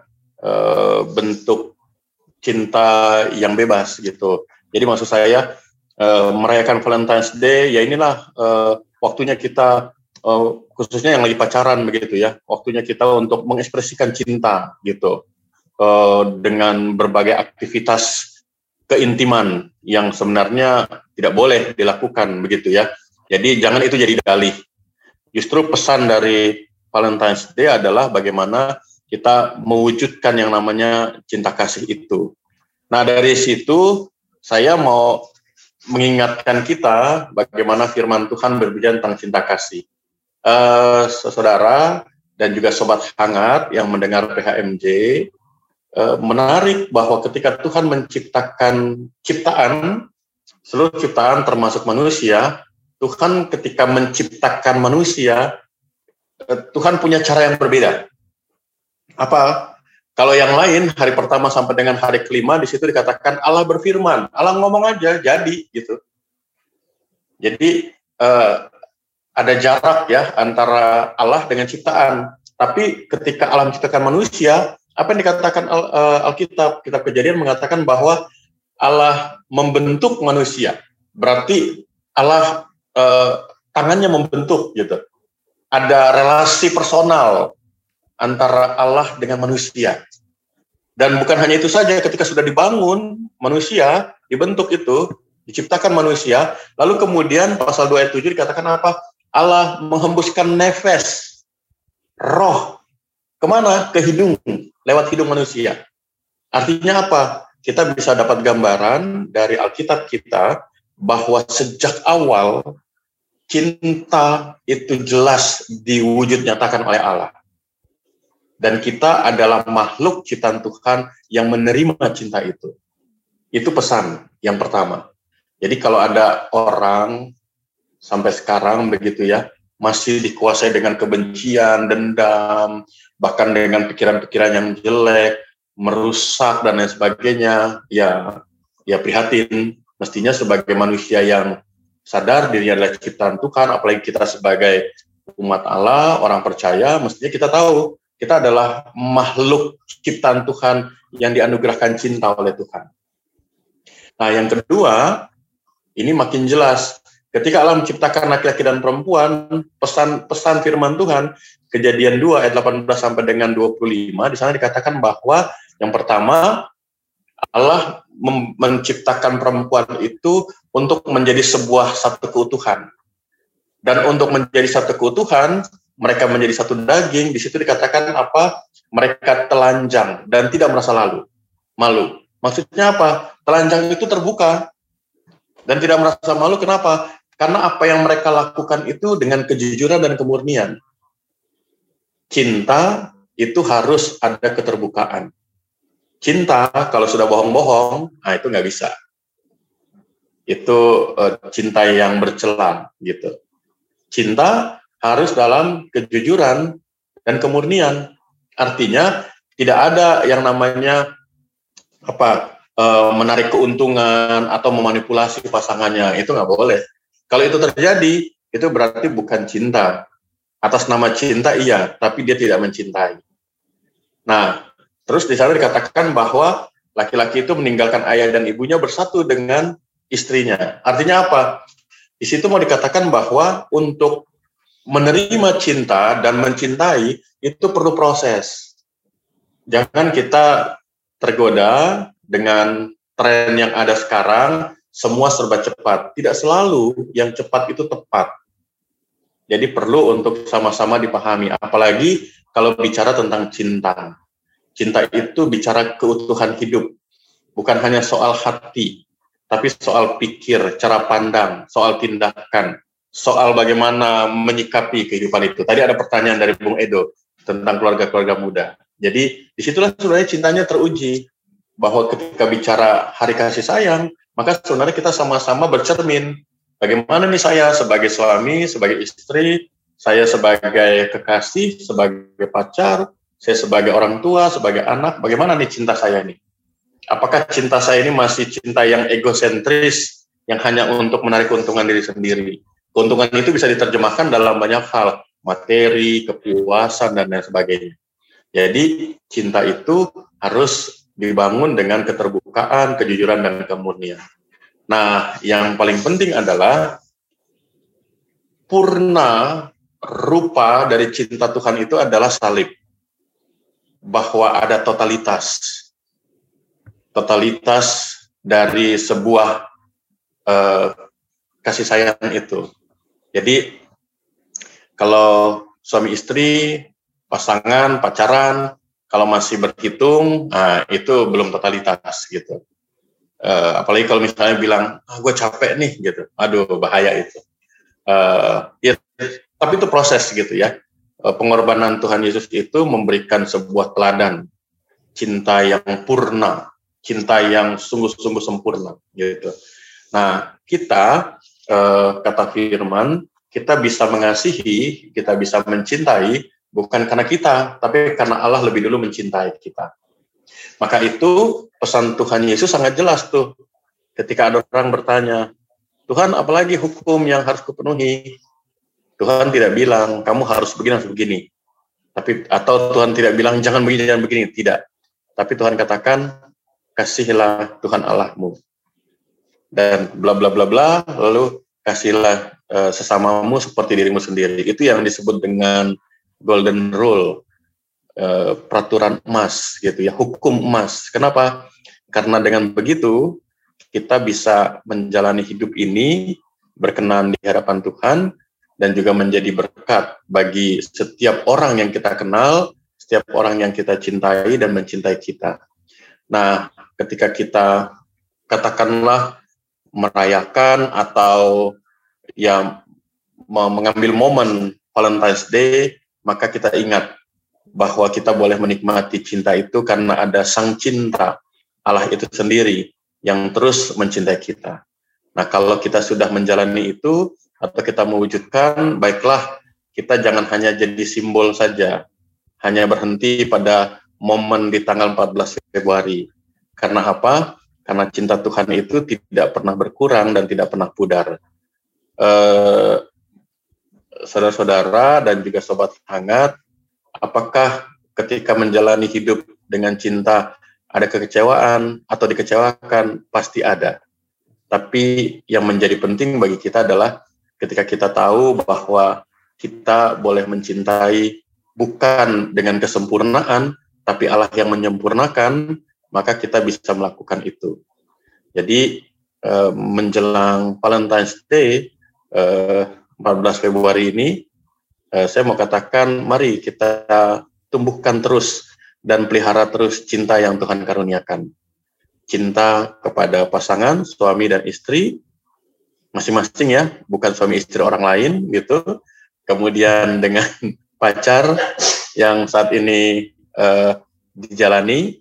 bentuk cinta yang bebas, gitu. Jadi maksud saya, merayakan Valentine's Day, ya inilah waktunya kita, khususnya yang lagi pacaran, begitu ya, waktunya kita untuk mengekspresikan cinta, gitu, dengan berbagai aktivitas keintiman yang sebenarnya tidak boleh dilakukan, begitu ya. Jadi jangan itu jadi dalih. Justru pesan dari Valentine's Day adalah bagaimana kita mewujudkan yang namanya cinta kasih itu. Nah, dari situ saya mau mengingatkan kita bagaimana firman Tuhan berbicara tentang cinta kasih. Saudara dan juga sobat hangat yang mendengar PHMJ, menarik bahwa ketika Tuhan menciptakan ciptaan, seluruh ciptaan termasuk manusia, Tuhan ketika menciptakan manusia, Tuhan punya cara yang berbeda. Apa? Kalau yang lain, hari pertama sampai dengan hari kelima, di situ dikatakan Allah berfirman, Allah ngomong aja, jadi, gitu. Jadi, ada jarak ya antara Allah dengan ciptaan. Tapi ketika Allah menciptakan manusia, apa yang dikatakan Alkitab, Kitab Kejadian mengatakan bahwa Allah membentuk manusia. Berarti Allah tangannya membentuk, gitu. Ada relasi personal antara Allah dengan manusia. Dan bukan hanya itu saja, ketika sudah dibangun manusia, dibentuk itu, diciptakan manusia, lalu kemudian pasal 2 ayat 7 dikatakan apa? Allah menghembuskan nefes, roh, kemana? Ke hidung, lewat hidung manusia. Artinya apa? Kita bisa dapat gambaran dari Alkitab kita, bahwa sejak awal, cinta itu jelas diwujud nyatakan oleh Allah. Dan kita adalah makhluk ciptaan Tuhan yang menerima cinta itu. Itu pesan yang pertama. Jadi kalau ada orang sampai sekarang begitu ya, masih dikuasai dengan kebencian, dendam, bahkan dengan pikiran-pikiran yang jelek, merusak dan lain sebagainya, ya prihatin. Mestinya sebagai manusia yang sadar dirinya adalah ciptaan Tuhan, apalagi kita sebagai umat Allah, orang percaya, mestinya kita tahu kita adalah makhluk ciptaan Tuhan yang dianugerahkan cinta oleh Tuhan. Nah, yang kedua, ini makin jelas. Ketika Allah menciptakan laki-laki dan perempuan, pesan firman Tuhan, Kejadian 2 ayat 18 sampai dengan 25, di sana dikatakan bahwa yang pertama, Allah menciptakan perempuan itu untuk menjadi sebuah satu keutuhan. Dan untuk menjadi satu keutuhan, mereka menjadi satu daging, di situ dikatakan apa? Mereka telanjang dan tidak merasa malu. Maksudnya apa? Telanjang itu terbuka dan tidak merasa malu. Kenapa? Karena apa yang mereka lakukan itu dengan kejujuran dan kemurnian. Cinta itu harus ada keterbukaan. Cinta kalau sudah bohong-bohong, itu nggak bisa. Itu cinta yang bercela gitu. Cinta harus dalam kejujuran dan kemurnian. Artinya tidak ada yang namanya menarik keuntungan atau memanipulasi pasangannya. Itu nggak boleh. Kalau itu terjadi, itu berarti bukan cinta. Atas nama cinta iya, tapi dia tidak mencintai. Nah, terus di sana dikatakan bahwa laki-laki itu meninggalkan ayah dan ibunya bersatu dengan istrinya. Artinya apa? Di situ mau dikatakan bahwa untuk menerima cinta dan mencintai itu perlu proses. Jangan kita tergoda dengan tren yang ada sekarang, semua serba cepat. Tidak selalu yang cepat itu tepat. Jadi perlu untuk sama-sama dipahami. Apalagi kalau bicara tentang cinta. Cinta itu bicara keutuhan hidup. Bukan hanya soal hati, tapi soal pikir, cara pandang, soal tindakan, soal bagaimana menyikapi kehidupan itu. Tadi ada pertanyaan dari Bung Edo tentang keluarga-keluarga muda. Jadi disitulah sebenarnya cintanya teruji. Bahwa ketika bicara hari kasih sayang, maka sebenarnya kita sama-sama bercermin. Bagaimana nih saya sebagai suami, sebagai istri, saya sebagai kekasih, sebagai pacar, saya sebagai orang tua, sebagai anak, bagaimana nih cinta saya ini? Apakah cinta saya ini masih cinta yang egosentris, yang hanya untuk menarik keuntungan diri sendiri? Keuntungan itu bisa diterjemahkan dalam banyak hal, materi, kepuasan, dan lain sebagainya. Jadi cinta itu harus dibangun dengan keterbukaan, kejujuran, dan kemurnian. Nah, yang paling penting adalah purna rupa dari cinta Tuhan itu adalah salib. Bahwa ada totalitas dari sebuah kasih sayang itu. Jadi, kalau suami istri, pasangan, pacaran, kalau masih berhitung, itu belum totalitas gitu. Apalagi kalau misalnya bilang, gue capek nih gitu, aduh bahaya itu. Ya, tapi itu proses gitu ya. Pengorbanan Tuhan Yesus itu memberikan sebuah teladan cinta yang purna, cinta yang sungguh-sungguh sempurna gitu. Nah, kita kata firman, kita bisa mengasihi, kita bisa mencintai bukan karena kita, tapi karena Allah lebih dulu mencintai kita. Maka itu pesan Tuhan Yesus sangat jelas tuh. Ketika ada orang bertanya, Tuhan apalagi hukum yang harus kupenuhi? Tuhan tidak bilang kamu harus begini, harus begini. Atau Tuhan tidak bilang jangan begini, jangan begini. Tidak. Tapi Tuhan katakan kasihilah Tuhan Allahmu. Dan bla bla bla bla, lalu kasihlah sesamamu seperti dirimu sendiri. Itu yang disebut dengan golden rule. Peraturan emas gitu ya, hukum emas. Kenapa? Karena dengan begitu kita bisa menjalani hidup ini berkenan di hadapan Tuhan dan juga menjadi berkat bagi setiap orang yang kita kenal, setiap orang yang kita cintai dan mencintai kita. Nah, ketika kita katakanlah merayakan atau ya mengambil momen Valentine's Day, maka kita ingat bahwa kita boleh menikmati cinta itu karena ada Sang Cinta, Allah itu sendiri yang terus mencintai kita. Nah, kalau kita sudah menjalani itu atau kita mewujudkan, baiklah kita jangan hanya jadi simbol saja, hanya berhenti pada momen di tanggal 14 Februari. Karena apa? Karena cinta Tuhan itu tidak pernah berkurang dan tidak pernah pudar. Saudara-saudara dan juga sobat hangat, apakah ketika menjalani hidup dengan cinta ada kekecewaan atau dikecewakan? Pasti ada. Tapi yang menjadi penting bagi kita adalah ketika kita tahu bahwa kita boleh mencintai bukan dengan kesempurnaan, tapi Allah yang menyempurnakan, maka kita bisa melakukan itu. Jadi menjelang Valentine's Day 14 Februari ini, saya mau katakan mari kita tumbuhkan terus dan pelihara terus cinta yang Tuhan karuniakan. Cinta kepada pasangan, suami dan istri, masing-masing ya, bukan suami istri orang lain gitu. Kemudian dengan pacar yang saat ini dijalani,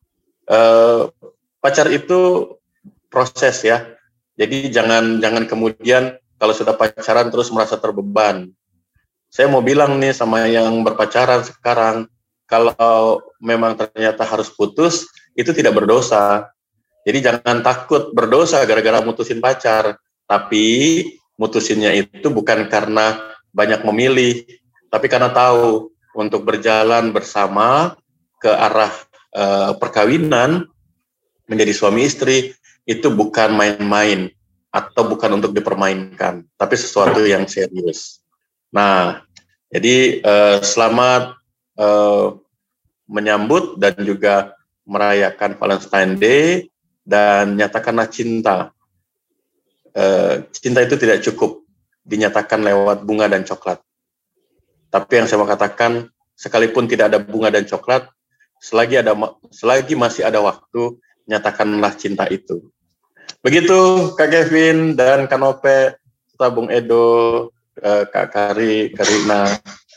pacar itu proses ya. Jadi jangan kemudian kalau sudah pacaran terus merasa terbeban. Saya mau bilang nih sama yang berpacaran sekarang, kalau memang ternyata harus putus, itu tidak berdosa. Jadi jangan takut berdosa gara-gara mutusin pacar. Tapi mutusinnya itu bukan karena banyak memilih, tapi karena tahu untuk berjalan bersama ke arah perkawinan, menjadi suami istri, itu bukan main-main atau bukan untuk dipermainkan, tapi sesuatu yang serius. Nah, jadi selamat menyambut dan juga merayakan Valentine Day, dan nyatakanlah cinta. Cinta itu tidak cukup dinyatakan lewat bunga dan coklat. Tapi yang saya mau katakan, sekalipun tidak ada bunga dan coklat, selagi masih ada waktu, nyatakanlah cinta itu. Begitu Kak Kevin dan Kak Nope, serta Bung Edo, Kak Karina.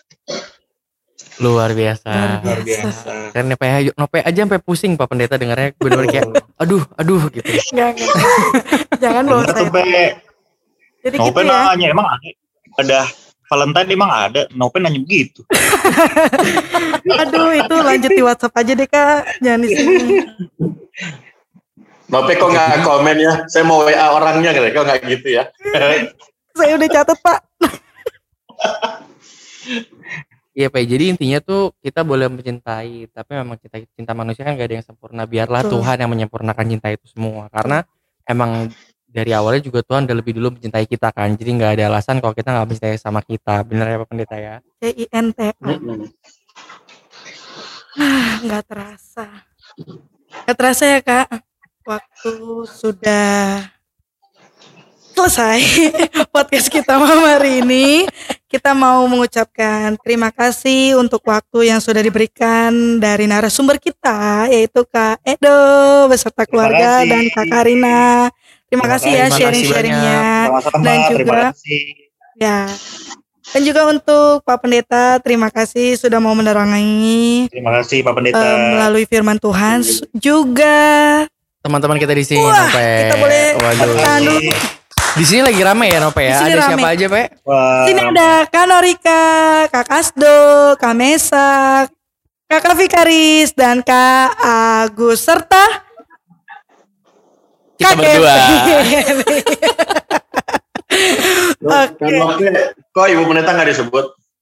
Luar biasa. Karena Nope aja sampai pusing Pak Pendeta dengarnya, benar kayak aduh gitu. Enggak. Jangan bawa saya. Jadi Nope gitu ya. nanya, emang ada Valentine emang ada? Nope nanya begitu. Aduh, itu lanjut di WhatsApp aja deh Kak, jangan di sini. Nope kok nggak komen ya? Saya mau WA orangnya kok nggak gitu ya? Saya udah catat Pak. Iya Pak, jadi intinya tuh kita boleh mencintai, tapi memang cinta manusia kan gak ada yang sempurna. Biarlah Tuhan yang menyempurnakan cinta itu semua. Karena emang dari awalnya juga Tuhan udah lebih dulu mencintai kita kan. Jadi gak ada alasan kalau kita gak mencintai sama kita. Bener ya Pak Pendeta ya? CINTA. Gak terasa. Gak terasa ya Kak. Waktu sudah selesai podcast kita malam hari ini. Kita mau mengucapkan terima kasih untuk waktu yang sudah diberikan dari narasumber kita, yaitu Kak Edo beserta keluarga dan Kak Karina. Terima kasih ya sharing-sharingnya. Dan juga ya. Dan juga untuk Pak Pendeta, terima kasih sudah mau menerangi. Terima kasih Pak Pendeta. Melalui firman Tuhan juga. Teman-teman kita di sini. Wah, kita boleh tekan dulu. Di sini lagi rame ya Nope ya? Ada rame. Siapa aja Pak? Sini ada Kak Norika, Kak Kasdo, Kak Mesak, Kak Vikaris, dan Kak Agus serta kita berdua. Oke. Kok Ibu Pendeta nggak disebut?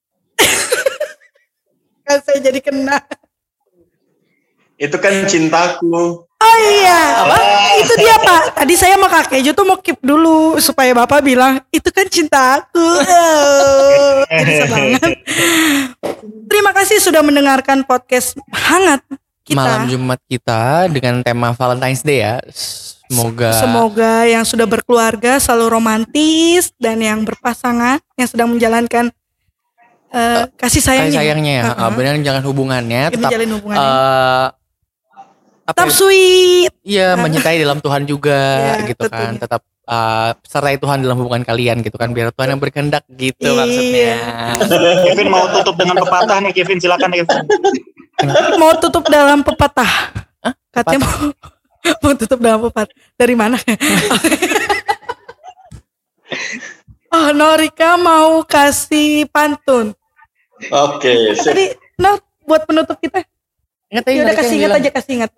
Kan saya jadi kena. Itu kan cintaku. Oh iya, itu dia Pak. Tadi saya sama Kak Kejo tuh mau keep dulu supaya Bapak bilang itu kan cintaku. Bisa banget. Terima kasih sudah mendengarkan podcast hangat kita. Malam Jumat kita dengan tema Valentine's Day ya. Semoga yang sudah berkeluarga selalu romantis, dan yang berpasangan yang sedang menjalankan kasih sayangnya. Benar, jangan hubungannya. Tetap menjalin hubungannya. Tetap ya? Sweet. Iya, mencintai dalam Tuhan juga ya, gitu tentunya. kan. Tetap sertai Tuhan dalam hubungan kalian gitu kan, biar Tuhan yang berkehendak gitu maksudnya. Kevin mau tutup dengan pepatah nih, Kevin silakan Kevin. Mau tutup dalam pepatah. Katanya mau tutup dalam pepatah. Dari mana? Oh, Norika mau kasih pantun. Oke, sip. Tadi buat penutup kita. Ya udah kasih ingat.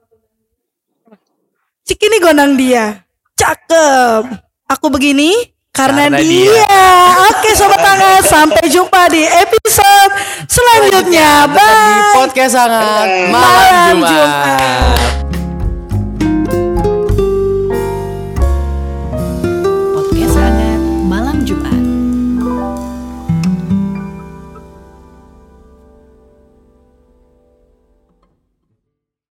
Cikini gondang dia. Cakep. Aku begini karena dia. Oke Sobat Hangat, sampai jumpa di episode selanjutnya. Bye. Di podcast Hangat Malam Jumat.